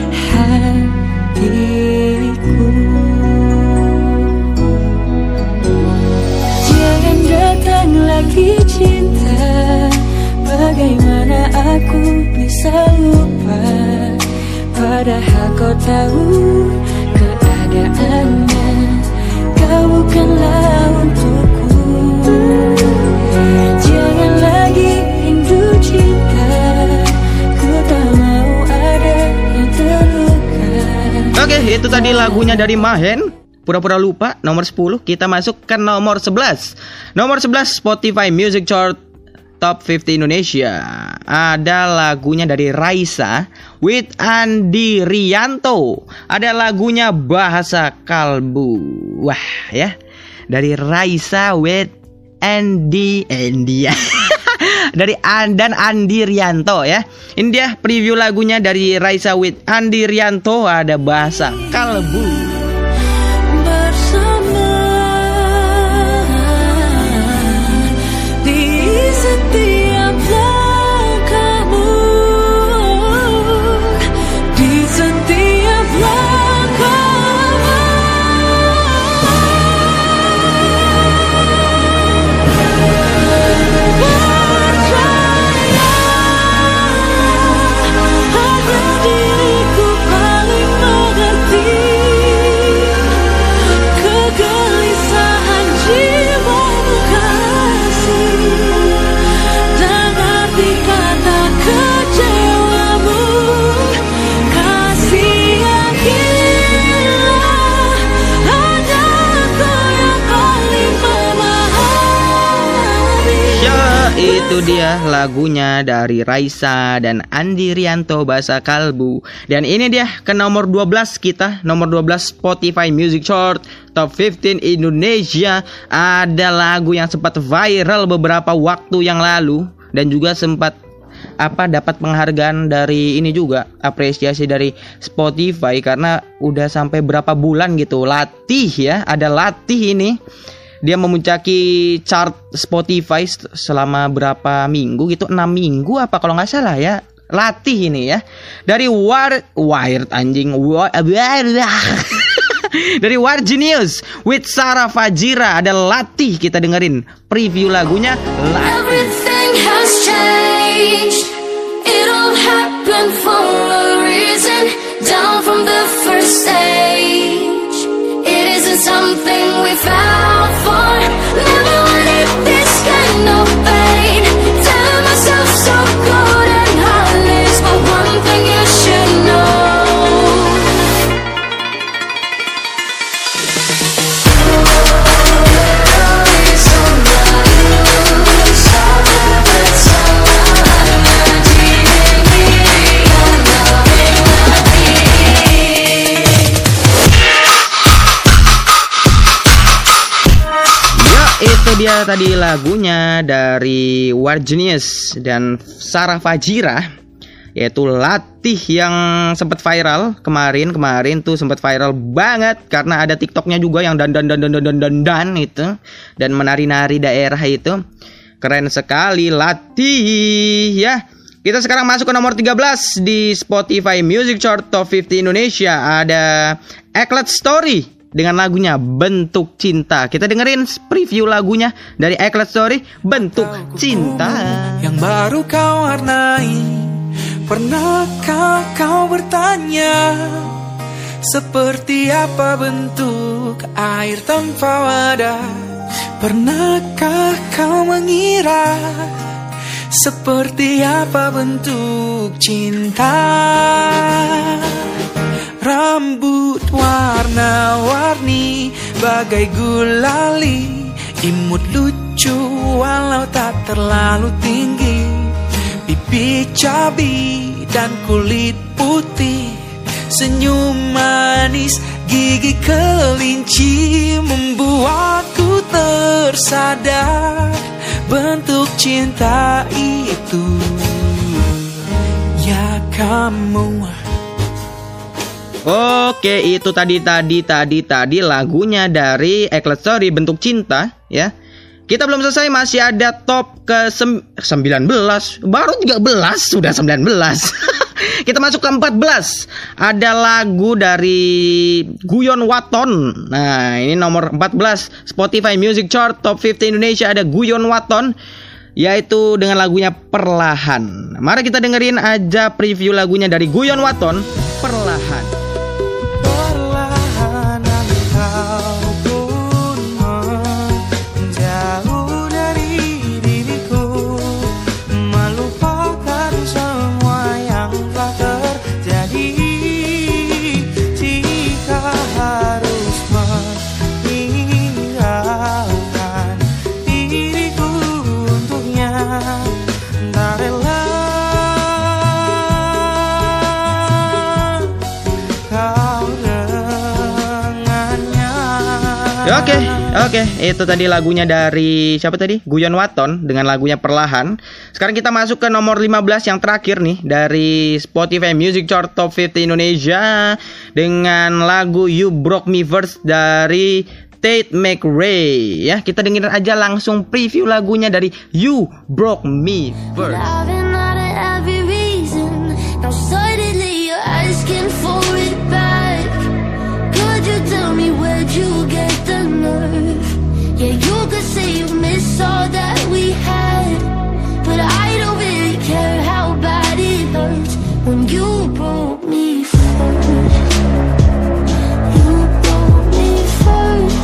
hatiku. Jangan datang lagi cinta, bagaimana aku bisa lupa, padahal kau tahu keadaannya, kau bukanlah untukku. Jangan lagi rindu cinta, ku tak mau ada yang terluka. Oke, itu tadi lagunya dari Mahen, Pura-Pura Lupa, nomor 10. Kita masuk ke nomor 11. Nomor 11 Spotify Music Chart Top 50 Indonesia. Ada lagunya dari Raisa with Andi Rianto. Ada lagunya Bahasa Kalbu. Wah, ya. Dari Raisa with Andy ya. Dari dan Andi Rianto, ya. Ini dia preview lagunya dari Raisa with Andi Rianto. Ada Bahasa Kalbu. Bersama di setiap langkahmu, di setiap langkahmu. Hanya diriku paling mengerti kegelisahan jiwamu kasih, dan arti kata kecewamu. Kasih yang gila, hanya kau yang paling memahami. Ya, itu dia lagunya dari Raisa dan Andi Rianto, Bahasa Kalbu. Dan ini dia ke nomor 12 kita, nomor 12 Spotify Music Chart Top 15 Indonesia. Ada lagu yang sempat viral beberapa waktu yang lalu dan juga sempat dapat penghargaan dari ini juga, apresiasi dari Spotify karena udah sampai berapa bulan gitu. Latih, ya, ada Latih ini. Dia memuncaki chart Spotify selama berapa minggu gitu, 6 minggu apa kalau nggak salah, ya. Latih ini, ya. Dari Wired anjing. Dari War Genius with Sarah Fajira. Ada Latih, kita dengerin preview lagunya Latih. Everything has changed. It all happened for a reason. Down from the first stage. It isn't something we found for. Never wanted this kind of pain. Tell myself so good and heartless, but one thing you should know. Itu dia tadi lagunya dari War Genius dan Sarah Fajira, yaitu Latih, yang sempat viral kemarin tuh, sempat viral banget karena ada TikToknya juga yang dan itu, dan menari-nari daerah itu. Keren sekali Latih, ya. Kita sekarang masuk ke nomor 13 di Spotify Music Chart Top 50 Indonesia. Ada Eklat Story dengan lagunya Bentuk Cinta. Kita dengerin preview lagunya dari Eklat Story, Bentuk Cinta. Yang baru kau warnai, pernahkah kau bertanya seperti apa bentuk air tanpa wadah? Pernahkah kau mengira seperti apa bentuk cinta? Rambut warna-warni bagai gulali, imut lucu walau tak terlalu tinggi, pipi cabi dan kulit putih, senyum manis gigi kelinci, membuatku tersadar bentuk cinta itu. Ya kamu. Oke, itu tadi lagunya dari Eklet Story, Bentuk Cinta ya. Kita belum selesai, masih ada top ke 19. Baru 13 sudah 19. Kita masuk ke 14. Ada lagu dari Guyon Waton. Nah, ini nomor 14 Spotify Music Chart Top 50 Indonesia, ada Guyon Waton, yaitu dengan lagunya Perlahan. Mari kita dengerin aja preview lagunya dari Guyon Waton, Perlahan. Oke, itu tadi lagunya dari siapa tadi? Guyon Waton dengan lagunya Perlahan. Sekarang kita masuk ke nomor 15 yang terakhir nih dari Spotify Music Chart Top 50 Indonesia dengan lagu You Broke Me First dari Tate McRae. Ya, kita dengerin aja langsung preview lagunya dari You Broke Me First. Yeah, you could say you miss all that we had, but I don't really care how bad it hurts when you broke me first. You broke me first.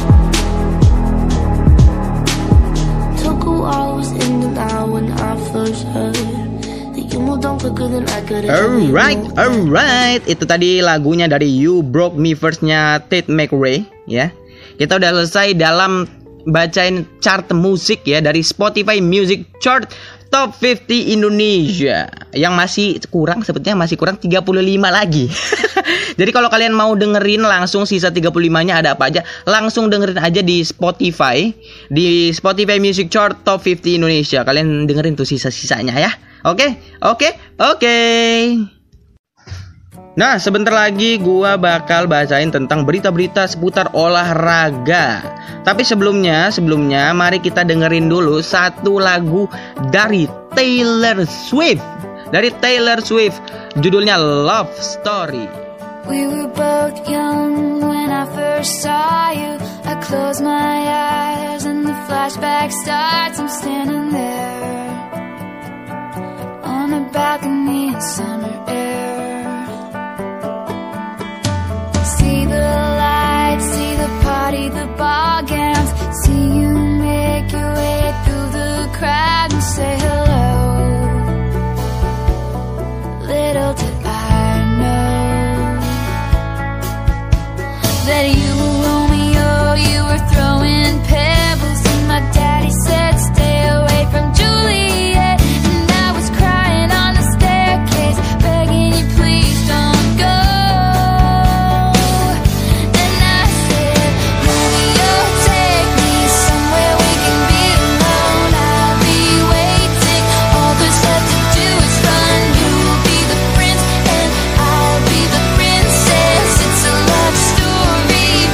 Took a while, was in and out when I first heard that you moved on quicker than I could have. Alright. Itu tadi lagunya dari You Broke Me First-nya Tate McRae ya. Kita udah selesai dalam bacain chart musik ya dari Spotify Music Chart Top 50 Indonesia. Yang masih kurang, sepertinya masih kurang 35 lagi. Jadi kalau kalian mau dengerin langsung sisa 35-nya ada apa aja, langsung dengerin aja di Spotify Music Chart Top 50 Indonesia. Kalian dengerin tuh sisa-sisanya ya. Oke. Nah, sebentar lagi gua bakal bacain tentang berita-berita seputar olahraga. Tapi sebelumnya mari kita dengerin dulu satu lagu dari Taylor Swift. Judulnya Love Story. We were both young when I first saw you. I close my eyes and the flashback starts. I'm standing there on a balcony in summer air. See the lights, see the party, the ball gowns. See you make your way through the crowd and say hello. Little did I know that you were Romeo, you were throwing pebbles, and my daddy said stay away from Juliet. And I was crying on the staircase, begging you please don't go. Story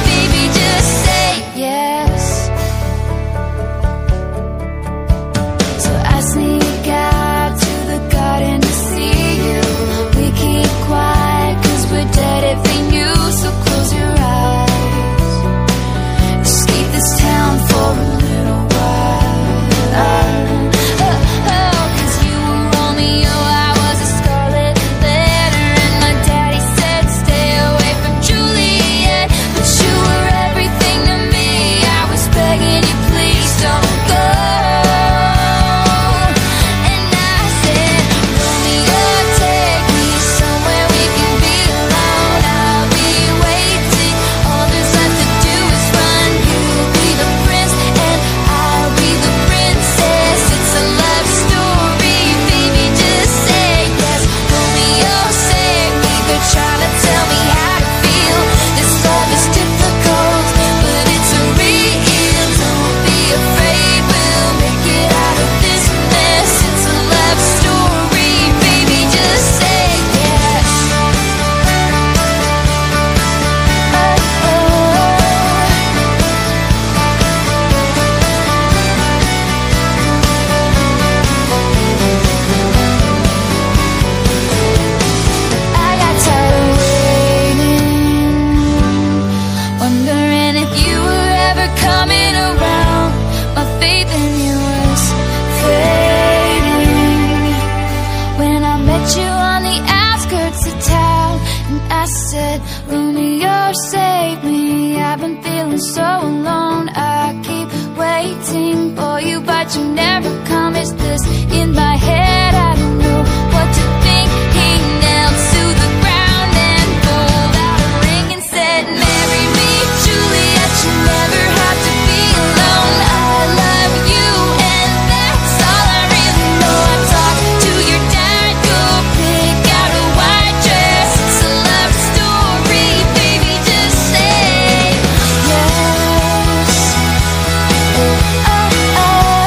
Romeo, save me. I've been feeling so alone. I keep waiting for you, but you never come. Is this in my head? I don't know what to think. He knelt to the ground and pulled out a ring and said, marry me, Juliet. You never have to be alone. I love you, and that's all I really know. I talk to your dad, you'll pick out a white dress. It's a love story, baby, just say yes. Oh, oh, oh.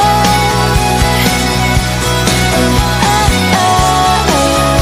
Oh, oh, oh.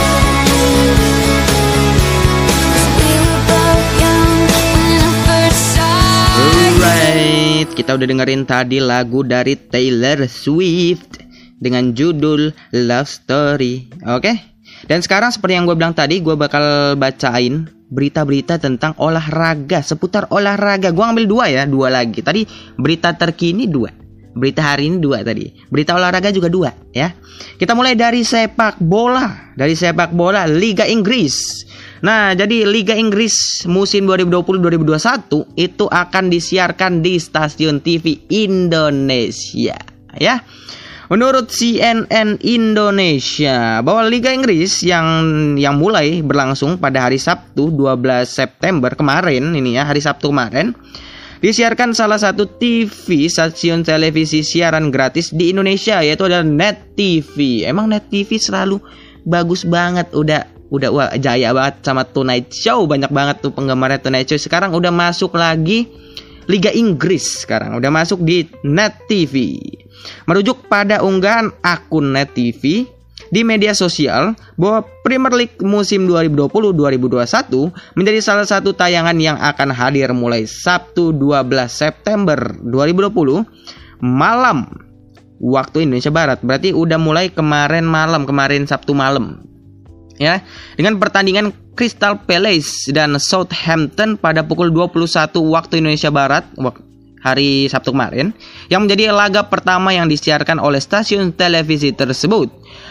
We were both young when I first saw you. Alright, kita udah dengerin tadi lagu dari Taylor Swift dengan judul Love Story. Oke. Dan sekarang seperti yang gue bilang tadi, gue bakal bacain berita-berita tentang olahraga, seputar olahraga. Gue ngambil dua lagi. Tadi berita terkini 2, berita hari ini 2 tadi. Berita olahraga juga 2 ya. Kita mulai dari sepak bola. Dari sepak bola Liga Inggris. Nah, jadi Liga Inggris musim 2020-2021 itu akan disiarkan di stasiun TV Indonesia ya. Menurut CNN Indonesia, bahwa Liga Inggris yang mulai berlangsung pada hari Sabtu 12 September kemarin ini ya, hari Sabtu kemarin, disiarkan salah satu TV, stasiun televisi siaran gratis di Indonesia, yaitu ada Net TV. Emang Net TV selalu bagus banget, udah wah, jaya banget sama Tonight Show, banyak banget tuh penggemarnya Tonight Show. Sekarang udah masuk lagi Liga Inggris, sekarang udah masuk di Net TV. Merujuk pada unggahan akun Net TV di media sosial bahwa Premier League musim 2020-2021 menjadi salah satu tayangan yang akan hadir mulai Sabtu 12 September 2020 malam waktu Indonesia Barat. Berarti udah mulai kemarin Sabtu malam. Ya, dengan pertandingan Crystal Palace dan Southampton pada pukul 21 waktu Indonesia Barat hari Sabtu kemarin, yang menjadi laga pertama yang disiarkan oleh stasiun televisi tersebut.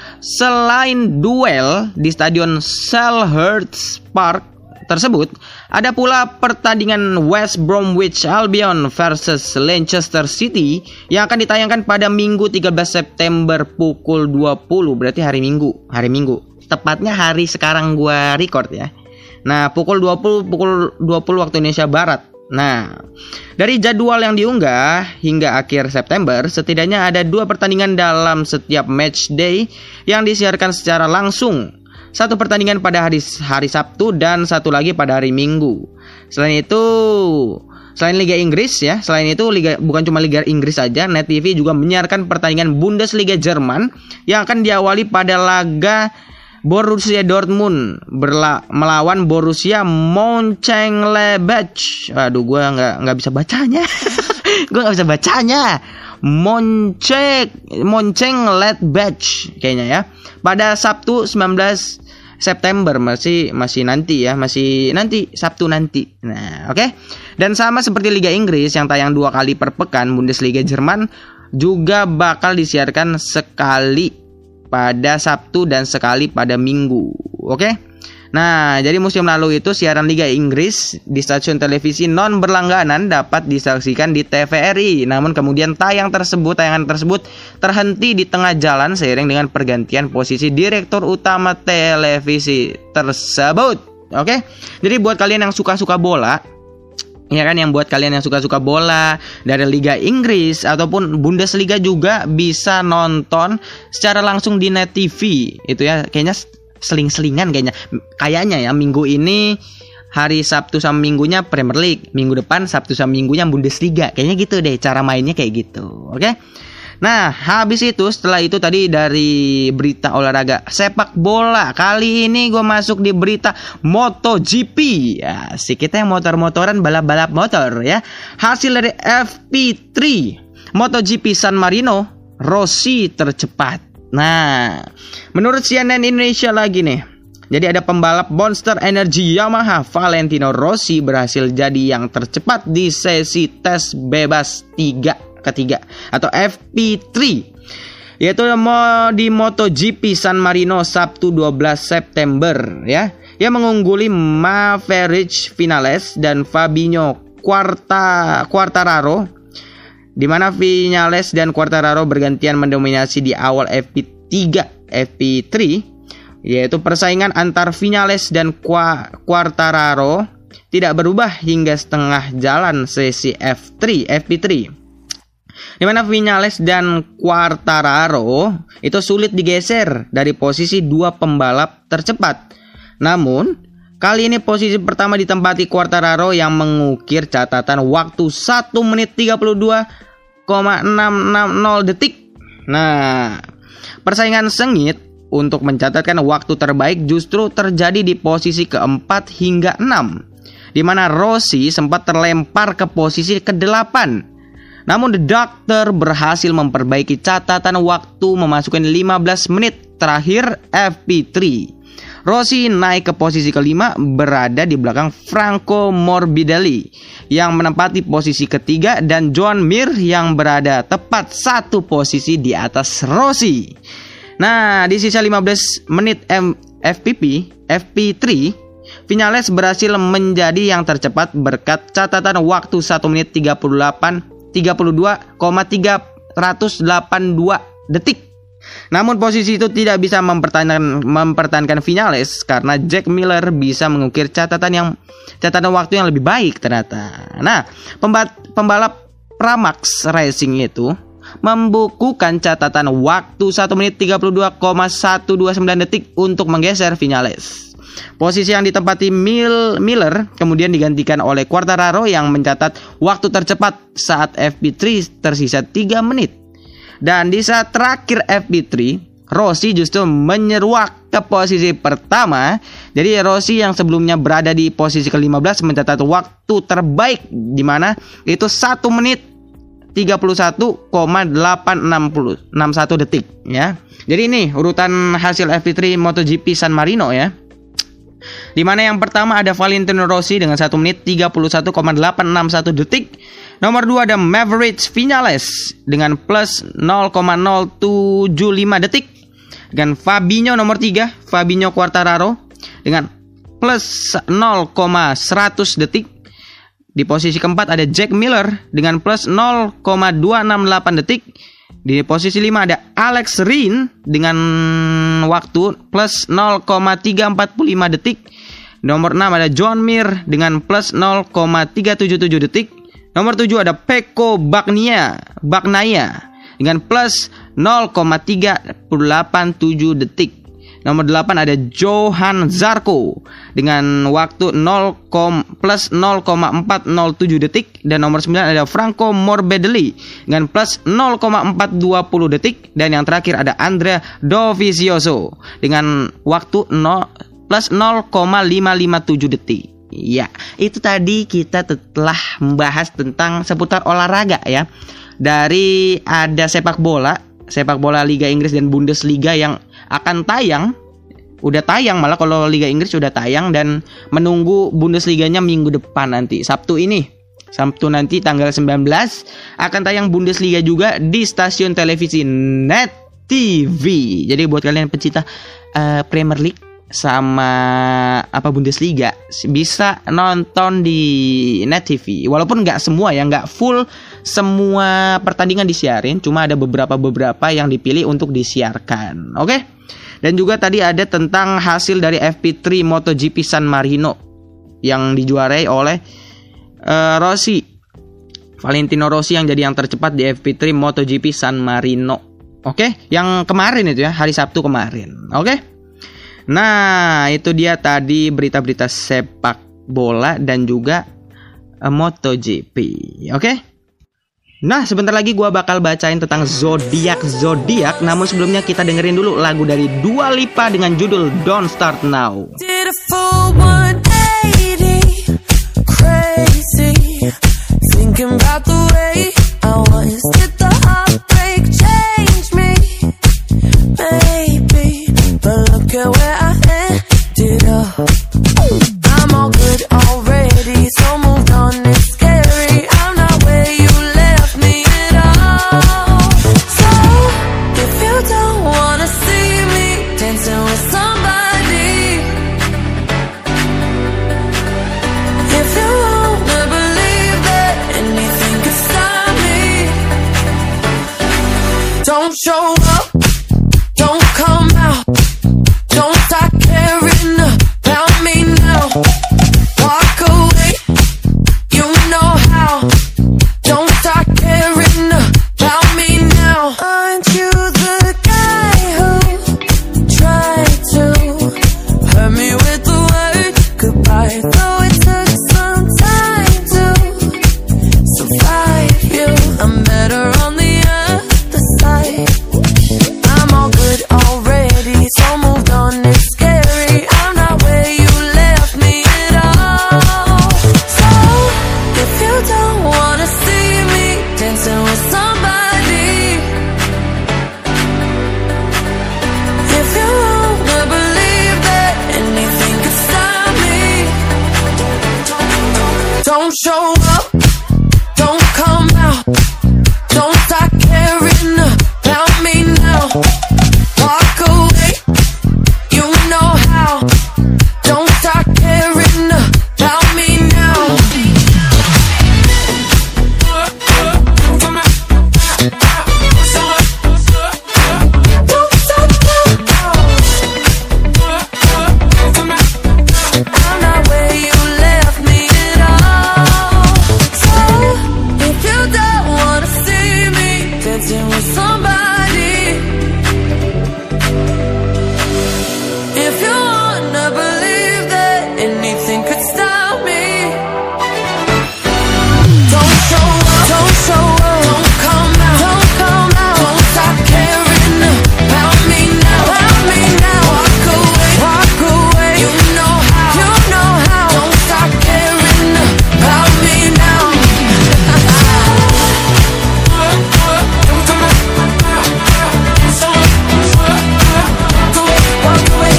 Selain duel di Stadion Selhurst Park tersebut, ada pula pertandingan West Bromwich Albion versus Leicester City yang akan ditayangkan pada Minggu 13 September pukul 20, berarti hari Minggu. Tepatnya hari sekarang gua record ya. Nah, pukul 20 waktu Indonesia Barat. Nah, dari jadwal yang diunggah hingga akhir September, setidaknya ada 2 pertandingan dalam setiap match day yang disiarkan secara langsung. 1 pertandingan pada hari Sabtu dan 1 lagi pada hari Minggu. Selain Liga Inggris ya, bukan cuma Liga Inggris saja, Net TV juga menyiarkan pertandingan Bundesliga Jerman yang akan diawali pada laga Borussia Dortmund melawan Borussia Mönchengladbach. Aduh, gue nggak bisa bacanya. Mönchengladbach kayaknya ya. Pada Sabtu 19 September masih nanti Sabtu nanti. Nah, oke. Dan sama seperti Liga Inggris yang tayang 2 kali per pekan, Bundesliga Jerman juga bakal disiarkan sekali pada Sabtu dan sekali pada Minggu. Oke. Nah, jadi musim lalu itu siaran Liga Inggris di stasiun televisi non berlangganan dapat disaksikan di TVRI. Namun kemudian tayangan tersebut terhenti di tengah jalan seiring dengan pergantian posisi direktur utama televisi tersebut. Oke. Jadi buat kalian yang suka-suka bola, ya kan, yang buat kalian yang suka-suka bola dari Liga Inggris ataupun Bundesliga juga bisa nonton secara langsung di Net TV. Itu ya, kayaknya seling-selingan kayaknya ya, minggu ini hari Sabtu sama Minggunya Premier League, minggu depan Sabtu sama Minggunya Bundesliga. Kayaknya gitu deh cara mainnya, kayak gitu. Oke. Nah, habis itu setelah itu tadi dari berita olahraga sepak bola, kali ini gue masuk di berita MotoGP. Ya, kita yang motor-motoran, balap-balap motor ya. Hasil dari FP3 MotoGP San Marino, Rossi tercepat. Nah, menurut CNN Indonesia lagi nih, jadi ada pembalap Monster Energy Yamaha Valentino Rossi berhasil jadi yang tercepat di sesi tes bebas ketiga atau FP3, yaitu di MotoGP San Marino Sabtu 12 September ya, yang mengungguli Maverick Vinales dan Fabinho Quartararo, di mana Vinales dan Quartararo bergantian mendominasi di awal FP3, yaitu persaingan antar Vinales dan Quartararo tidak berubah hingga setengah jalan sesi FP3, di mana Vinales dan Quartararo itu sulit digeser dari posisi dua pembalap tercepat. Namun, kali ini posisi pertama ditempati Quartararo yang mengukir catatan waktu 1 menit 32,660 detik. Nah, persaingan sengit untuk mencatatkan waktu terbaik justru terjadi di posisi keempat hingga 6, di mana Rossi sempat terlempar ke posisi ke-8. Namun The Doctor berhasil memperbaiki catatan waktu memasukkan 15 menit terakhir FP3. Rossi naik ke posisi ke-5 berada di belakang Franco Morbidelli yang menempati posisi ketiga dan Joan Mir yang berada tepat satu posisi di atas Rossi. Nah, di sisa 15 menit FP3, Vinales berhasil menjadi yang tercepat berkat catatan waktu 1 menit 32,382 detik. Namun posisi itu tidak bisa mempertahankan Vinales karena Jack Miller bisa mengukir catatan waktu yang lebih baik ternyata. Nah, pembalap Pramac Racing itu membukukan catatan waktu 1 menit 32,129 detik untuk menggeser Vinales. Posisi yang ditempati Miller kemudian digantikan oleh Quartararo yang mencatat waktu tercepat saat FP3 tersisa 3 menit. Dan di saat terakhir FP3, Rossi justru menyeruak ke posisi pertama. Jadi Rossi yang sebelumnya berada di posisi ke-15 mencatat waktu terbaik, di mana itu 1 menit 31,861 detik ya. Jadi ini urutan hasil FP3 MotoGP San Marino ya. Di mana yang pertama ada Valentino Rossi dengan 1 menit 31,861 detik. Nomor 2 ada Maverick Vinales dengan plus 0,075 detik. Dan Fabinho nomor 3, Fabinho Quartararo dengan plus 0,100 detik. Di posisi keempat ada Jack Miller dengan plus 0,268 detik. Di posisi 5 ada Alex Rins dengan waktu plus 0,345 detik. Nomor 6 ada Joan Mir dengan plus 0,377 detik. Nomor 7 ada Pecco Bagnaia dengan plus 0,387 detik. Nomor 8 ada Johan Zarco dengan waktu plus 0,407 detik. Dan nomor 9 ada Franco Morbidelli dengan plus 0,420 detik. Dan yang terakhir ada Andrea Dovizioso dengan waktu plus 0,557 detik. Ya, itu tadi kita telah membahas tentang seputar olahraga ya. Dari ada sepak bola Liga Inggris dan Bundesliga yang akan tayang. Udah tayang malah kalau Liga Inggris sudah tayang, dan menunggu Bundesliganya minggu depan nanti. Sabtu nanti tanggal 19 akan tayang Bundesliga juga di stasiun televisi Net TV. Jadi buat kalian pecinta Premier League sama Bundesliga bisa nonton di Net TV. Walaupun nggak semua ya, nggak full semua pertandingan disiarin, cuma ada beberapa yang dipilih untuk disiarkan. Oke. Dan juga tadi ada tentang hasil dari FP3 MotoGP San Marino yang dijuarai oleh Rossi. Valentino Rossi yang jadi yang tercepat di FP3 MotoGP San Marino. Oke, yang kemarin itu ya, hari Sabtu kemarin. Oke. Nah, itu dia tadi berita-berita sepak bola dan juga MotoGP. Oke? Nah, sebentar lagi gue bakal bacain tentang zodiak. Namun sebelumnya kita dengerin dulu lagu dari Dua Lipa dengan judul Don't Start Now. Did a full 180, crazy, thinking about the way I was. Did the heartbreak change me? Maybe, but look at where I ended up. I'm all good already, so moved on, it's scary. I'm not where you left me at all. So, if you don't wanna see me dancing with somebody, Don't show up, don't come out, don't start caring about me now. Walk away, you know how. Don't start caring about me now. Don't stop now. I'm not where you left me at all. So if you don't wanna see me dancing with somebody, if you wanna believe that anything could stop me, don't show up, don't show up, don't come out, don't come out, don't stop caring about me now, about me now. Walk away, you know how, you know how. Don't stop caring about me now. Walk away.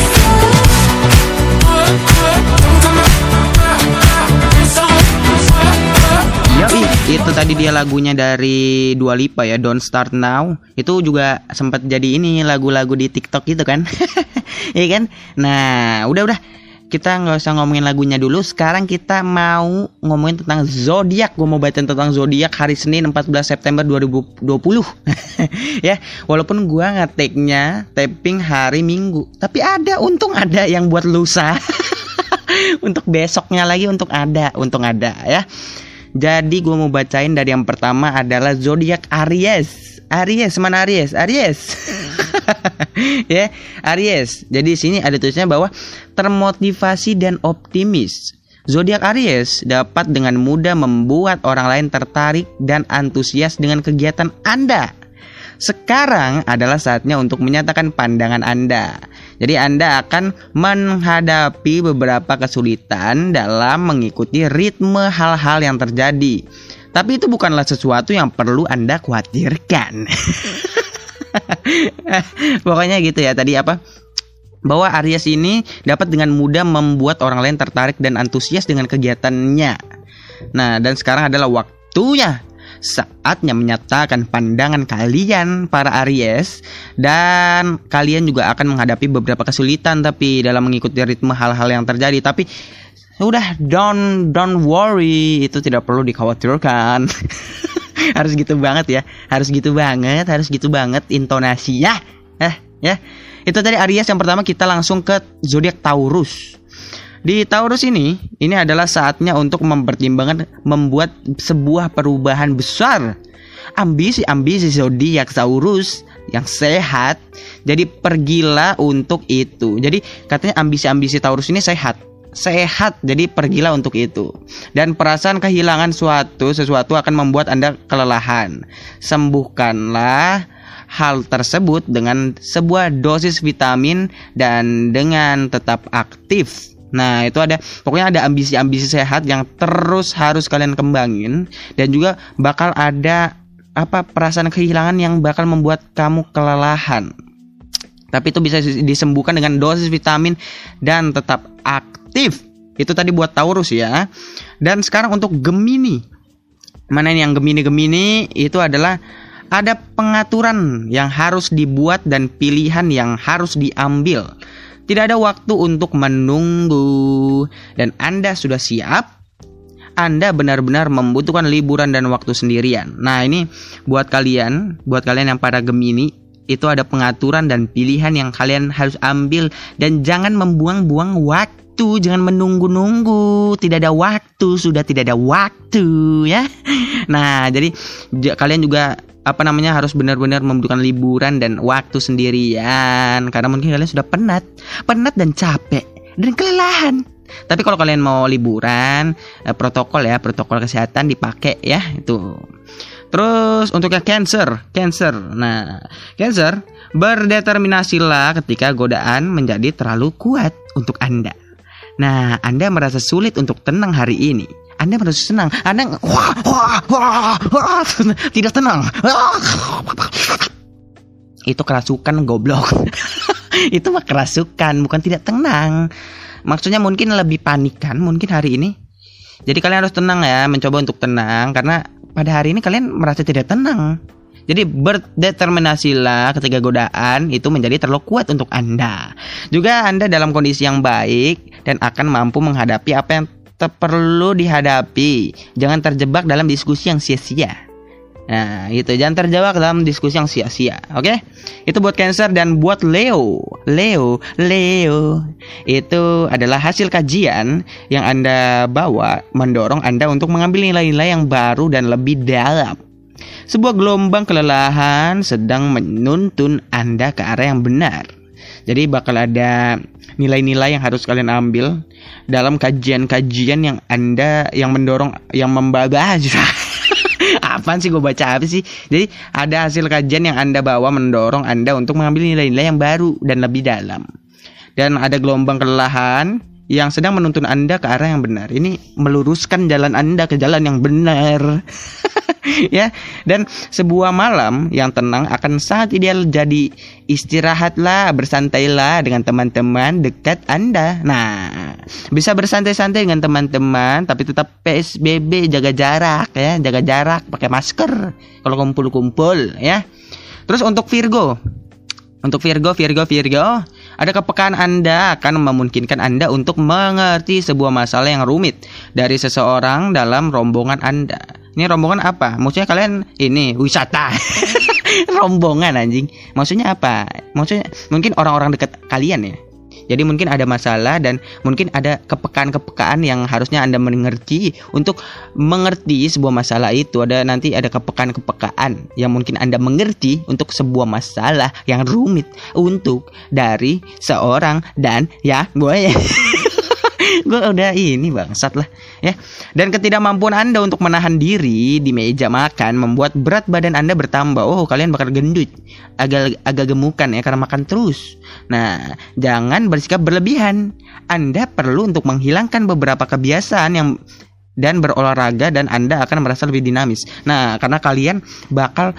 Yoi, itu tadi dia lagunya dari Dua Lipa ya, Don't Start Now. Itu juga sempat jadi ini lagu-lagu di TikTok gitu kan. Iya kan? Nah, udah. Kita nggak usah ngomongin lagunya dulu. Sekarang kita mau ngomongin tentang zodiak. Gue mau bacain tentang zodiak hari Senin 14 September 2020. Ya, walaupun gue ngeteknya taping hari Minggu, tapi untung ada yang buat lusa. Untuk besoknya lagi untung ada ya. Jadi gue mau bacain dari yang pertama adalah zodiak Aries. Mana Aries? Ya, Aries. Jadi di sini ada tulisannya bahwa termotivasi dan optimis. Zodiak Aries dapat dengan mudah membuat orang lain tertarik dan antusias dengan kegiatan Anda. Sekarang adalah saatnya untuk menyatakan pandangan Anda. Jadi Anda akan menghadapi beberapa kesulitan dalam mengikuti ritme hal-hal yang terjadi. Tapi itu bukanlah sesuatu yang perlu Anda khawatirkan. Pokoknya gitu ya tadi bahwa Aries ini dapat dengan mudah membuat orang lain tertarik dan antusias dengan kegiatannya. Nah, dan sekarang adalah waktunya, saatnya menyatakan pandangan kalian para Aries, dan kalian juga akan menghadapi beberapa kesulitan tapi dalam mengikuti ritme hal-hal yang terjadi. Tapi udah, don't worry, itu tidak perlu dikhawatirkan. Harus gitu banget intonasinya. Ya. Itu tadi Aries yang pertama. Kita langsung ke zodiak Taurus. Di Taurus ini adalah saatnya untuk mempertimbangkan membuat sebuah perubahan besar. Ambisi zodiak Taurus yang sehat, jadi pergilah untuk itu. Jadi katanya ambisi Taurus ini sehat, jadi pergilah untuk itu. Dan perasaan kehilangan sesuatu akan membuat Anda kelelahan. Sembuhkanlah hal tersebut dengan sebuah dosis vitamin dan dengan tetap aktif. Nah, itu pokoknya ada ambisi sehat yang terus harus kalian kembangin, dan juga bakal ada perasaan kehilangan yang bakal membuat kamu kelelahan. Tapi itu bisa disembuhkan dengan dosis vitamin dan tetap aktif. Itu tadi buat Taurus ya. Dan sekarang untuk Gemini. Mana ini yang Gemini itu adalah ada pengaturan yang harus dibuat dan pilihan yang harus diambil. Tidak ada waktu untuk menunggu, dan Anda sudah siap. Anda benar-benar membutuhkan liburan dan waktu sendirian. Nah, ini buat kalian yang para Gemini, itu ada pengaturan dan pilihan yang kalian harus ambil, dan jangan membuang-buang waktu, jangan menunggu-nunggu. Tidak ada waktu, sudah tidak ada waktu ya. Nah, jadi kalian juga harus benar-benar membutuhkan liburan dan waktu sendirian, karena mungkin kalian sudah penat dan capek dan kelelahan. Tapi kalau kalian mau liburan, protokol kesehatan dipakai ya itu. Terus untuk yang Cancer. Nah, Cancer, berdeterminasilah ketika godaan menjadi terlalu kuat untuk Anda. Nah, Anda merasa sulit untuk tenang hari ini. Anda merasa senang, Anda tidak tenang. Itu kerasukan, goblok. Itu mah kerasukan, bukan tidak tenang. Maksudnya mungkin lebih panikan mungkin hari ini. Jadi kalian harus tenang ya, mencoba untuk tenang karena pada hari ini kalian merasa tidak tenang. Jadi berdeterminasilah ketika godaan itu menjadi terlalu kuat untuk Anda. Juga Anda dalam kondisi yang baik dan akan mampu menghadapi apa yang perlu dihadapi. Jangan terjebak dalam diskusi yang sia-sia. Nah, itu jangan terjebak dalam diskusi yang sia-sia. Oke? Itu buat Cancer dan buat Leo. Leo itu adalah hasil kajian yang Anda bawa mendorong Anda untuk mengambil nilai-nilai yang baru dan lebih dalam. Sebuah gelombang kelelahan sedang menuntun Anda ke arah yang benar. Jadi bakal ada nilai-nilai yang harus kalian ambil dalam kajian-kajian yang Anda yang mendorong, yang membahas. Apaan sih gue baca apa sih? Jadi ada hasil kajian yang Anda bawa mendorong Anda untuk mengambil nilai-nilai yang baru dan lebih dalam. Dan ada gelombang kelelahan yang sedang menuntun Anda ke arah yang benar. Ini meluruskan jalan Anda ke jalan yang benar. Ya, dan sebuah malam yang tenang akan sangat ideal jadi istirahatlah, bersantailah dengan teman-teman dekat Anda. Nah, bisa bersantai-santai dengan teman-teman tapi tetap PSBB, jaga jarak ya, jaga jarak, pakai masker kalau kumpul-kumpul ya. Terus untuk Virgo, ada kepekaan Anda akan memungkinkan Anda untuk mengerti sebuah masalah yang rumit dari seseorang dalam rombongan Anda. Ini rombongan apa? Maksudnya kalian ini wisata. Rombongan anjing. Maksudnya apa? Maksudnya mungkin orang-orang dekat kalian ya. Jadi mungkin ada masalah dan mungkin ada kepekaan-kepekaan yang harusnya Anda mengerti. Untuk mengerti sebuah masalah itu nanti ada kepekaan-kepekaan yang mungkin Anda mengerti untuk sebuah masalah yang rumit untuk dari seorang dan ya gue udah ini bangsat lah ya. Dan ketidakmampuan Anda untuk menahan diri di meja makan membuat berat badan Anda bertambah. Oh, kalian bakal gendut, agak gemukan ya karena makan terus. Nah, jangan bersikap berlebihan. Anda perlu untuk menghilangkan beberapa kebiasaan dan berolahraga dan Anda akan merasa lebih dinamis. Nah, karena kalian bakal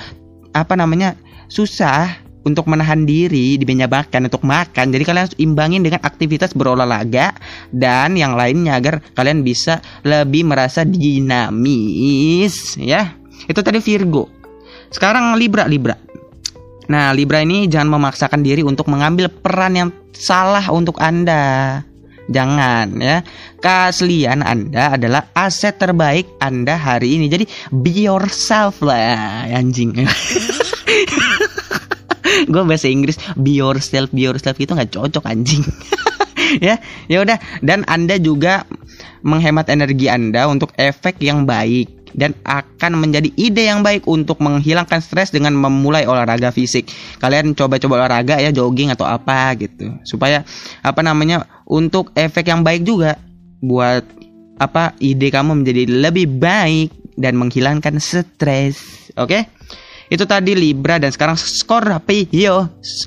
susah untuk menahan diri di meja makan untuk makan. Jadi kalian harus imbangin dengan aktivitas berolahraga dan yang lainnya agar kalian bisa lebih merasa dinamis ya. Itu tadi Virgo. Sekarang Libra. Nah, Libra ini jangan memaksakan diri untuk mengambil peran yang salah untuk Anda. Jangan ya. Keaslian Anda adalah aset terbaik Anda hari ini. Jadi be yourself lah anjing. Gue bahasa Inggris be yourself itu nggak cocok anjing. ya udah. Dan Anda juga menghemat energi Anda untuk efek yang baik dan akan menjadi ide yang baik untuk menghilangkan stres dengan memulai olahraga fisik. Kalian coba-coba olahraga ya, jogging atau apa gitu, supaya untuk efek yang baik juga buat ide kamu menjadi lebih baik dan menghilangkan stres. Oke? Itu tadi Libra. Dan sekarang Scorpio.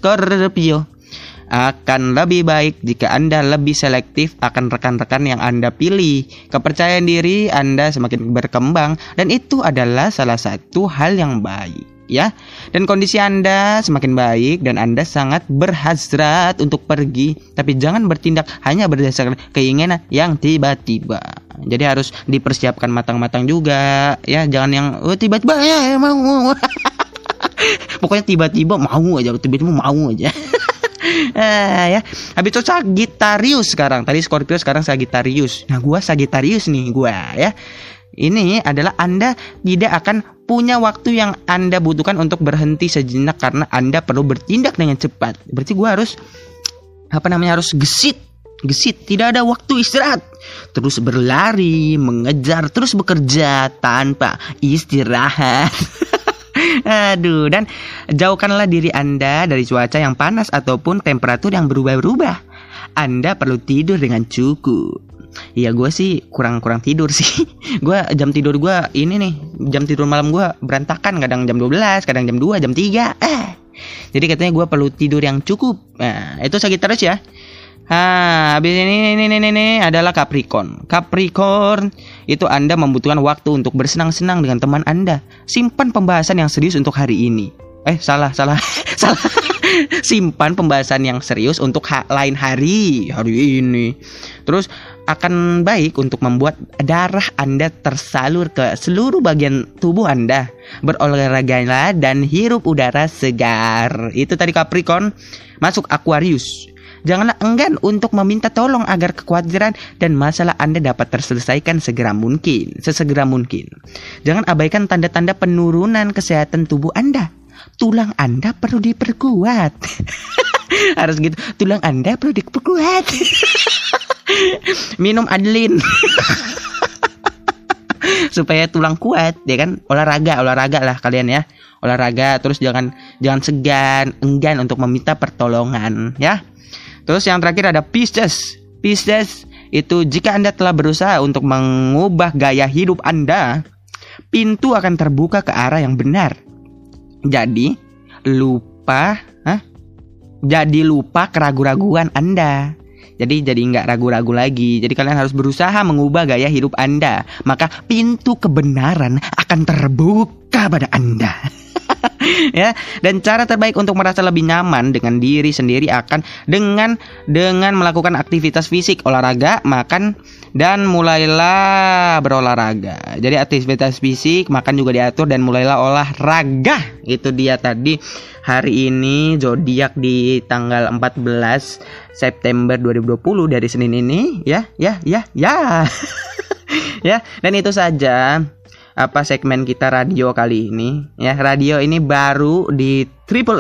Akan lebih baik jika Anda lebih selektif akan rekan-rekan yang Anda pilih. Kepercayaan diri Anda semakin berkembang dan itu adalah salah satu hal yang baik ya. Dan kondisi Anda semakin baik dan Anda sangat berhasrat untuk pergi, tapi jangan bertindak hanya berdasarkan keinginan yang tiba-tiba. Jadi harus dipersiapkan matang-matang juga ya. Jangan yang tiba-tiba ya mau. Pokoknya tiba-tiba mau aja. Ya. Habis itu Sagittarius sekarang. Tadi Scorpio, sekarang Sagittarius. Nah, gua Sagittarius nih ya. Ini adalah Anda tidak akan punya waktu yang Anda butuhkan untuk berhenti sejenak karena Anda perlu bertindak dengan cepat. Berarti gua harus harus gesit, tidak ada waktu istirahat. Terus berlari, mengejar, terus bekerja tanpa istirahat. Aduh, dan jauhkanlah diri Anda dari cuaca yang panas ataupun temperatur yang berubah-ubah. Anda perlu tidur dengan cukup. Iya, gue sih kurang tidur sih. Gue jam tidur gue jam tidur malam gue berantakan. Kadang jam 12, kadang jam 2, jam 3. Jadi katanya gue perlu tidur yang cukup. Nah, itu Sagittarius ya. Habis ini adalah Capricorn. Capricorn itu Anda membutuhkan waktu untuk bersenang-senang dengan teman Anda. Simpan pembahasan yang serius untuk hari ini. Salah. Simpan pembahasan yang serius untuk lain hari ini. Terus akan baik untuk membuat darah Anda tersalur ke seluruh bagian tubuh Anda. Berolahragalah dan hirup udara segar. Itu tadi Capricorn. Masuk Aquarius. Janganlah enggan untuk meminta tolong agar kekhawatiran dan masalah Anda dapat terselesaikan sesegera mungkin. Jangan abaikan tanda-tanda penurunan kesehatan tubuh Anda. Tulang Anda perlu diperkuat. Harus gitu. Tulang Anda perlu diperkuat. Minum Adlin. Supaya tulang kuat, ya kan? Olahraga lah kalian ya. Olahraga, terus jangan enggan untuk meminta pertolongan ya. Terus yang terakhir ada Pisces. Pisces itu jika Anda telah berusaha untuk mengubah gaya hidup Anda, pintu akan terbuka ke arah yang benar. Jadi lupa keraguan-raguan Anda. Jadi nggak ragu-ragu lagi. Jadi kalian harus berusaha mengubah gaya hidup Anda. Maka pintu kebenaran akan terbuka pada Anda. Ya, dan cara terbaik untuk merasa lebih nyaman dengan diri sendiri akan dengan melakukan aktivitas fisik, olahraga, makan, dan mulailah berolahraga. Jadi aktivitas fisik, makan juga diatur dan mulailah olahraga. Itu dia tadi hari ini zodiak di tanggal 14 September 2020 dari Senin ini ya. Ya, dan itu saja segmen kita radio kali ini ya. Radio ini baru di Triple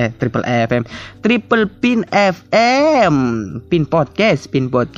Pin FM, Pin Podcast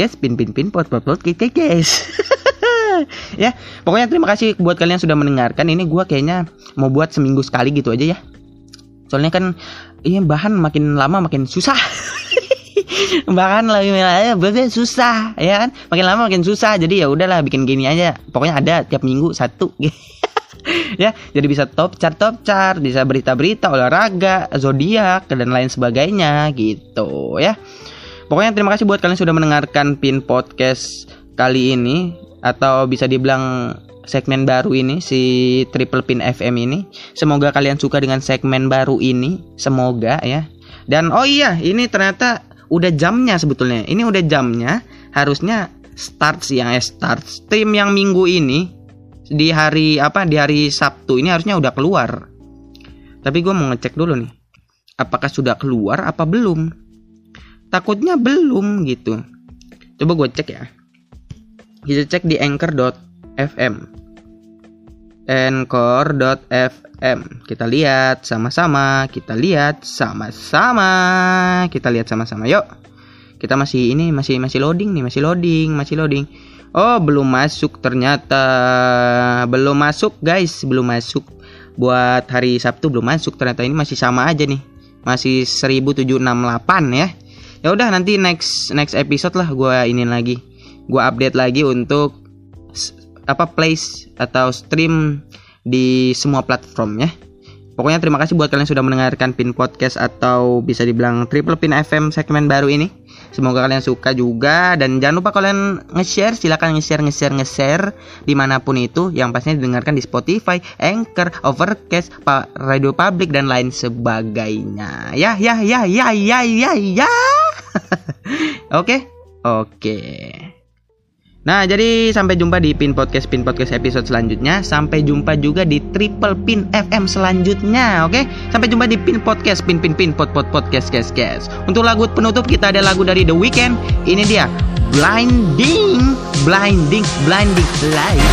ya. Pokoknya terima kasih buat kalian yang sudah mendengarkan. Ini gua kayaknya mau buat seminggu sekali gitu aja ya. Soalnya kan bahan makin lama makin susah. Bahkan lebih susah ya kan, makin lama makin susah. Jadi ya udahlah bikin gini aja, pokoknya ada tiap minggu satu ya. Jadi bisa top chart, bisa berita-berita, olahraga, zodiak dan lain sebagainya gitu ya. Pokoknya terima kasih buat kalian sudah mendengarkan Pin Podcast kali ini, atau bisa dibilang segmen baru ini, si Triple Pin FM ini. Semoga kalian suka dengan segmen baru ini, semoga ya. Dan ini ternyata udah jamnya sebetulnya. Ini udah jamnya. Harusnya start stream yang minggu ini di hari Sabtu ini harusnya udah keluar. Tapi gue mau ngecek dulu nih, apakah sudah keluar apa belum. Takutnya belum gitu. Coba gue cek ya. Kita cek di anchor.fm. Kita lihat sama-sama. Yuk. Kita masih loading nih, masih loading. Oh, belum masuk ternyata. Belum masuk, guys, belum masuk. Buat hari Sabtu belum masuk ternyata. Ini masih sama aja nih. Masih 1768 ya. Ya udah, nanti next episode lah gua update lagi untuk place atau stream di semua platform ya. Pokoknya terima kasih buat kalian yang sudah mendengarkan Pin Podcast, atau bisa dibilang Triple Pin FM segmen baru ini. Semoga kalian suka juga, dan jangan lupa kalian nge-share, silakan nge-share dimanapun itu, yang pastinya didengarkan di Spotify, Anchor, Overcast, Radio Public dan lain sebagainya. Ya. Oke. Nah, jadi sampai jumpa di Pin Podcast episode selanjutnya. Sampai jumpa juga di Triple Pin FM selanjutnya. Oke? Sampai jumpa di Pin Podcast, Pin Podcast. Untuk lagu penutup kita ada lagu dari The Weeknd. Ini dia, Blinding Light.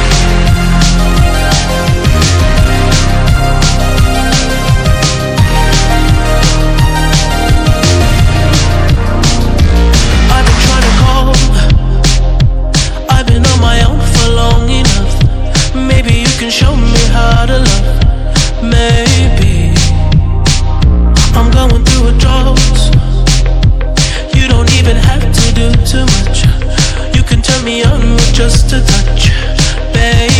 Maybe you can show me how to love. Maybe I'm going through a drought. You don't even have to do too much. You can turn me on with just a touch, baby.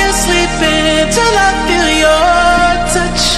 you're sleeping till I feel your touch.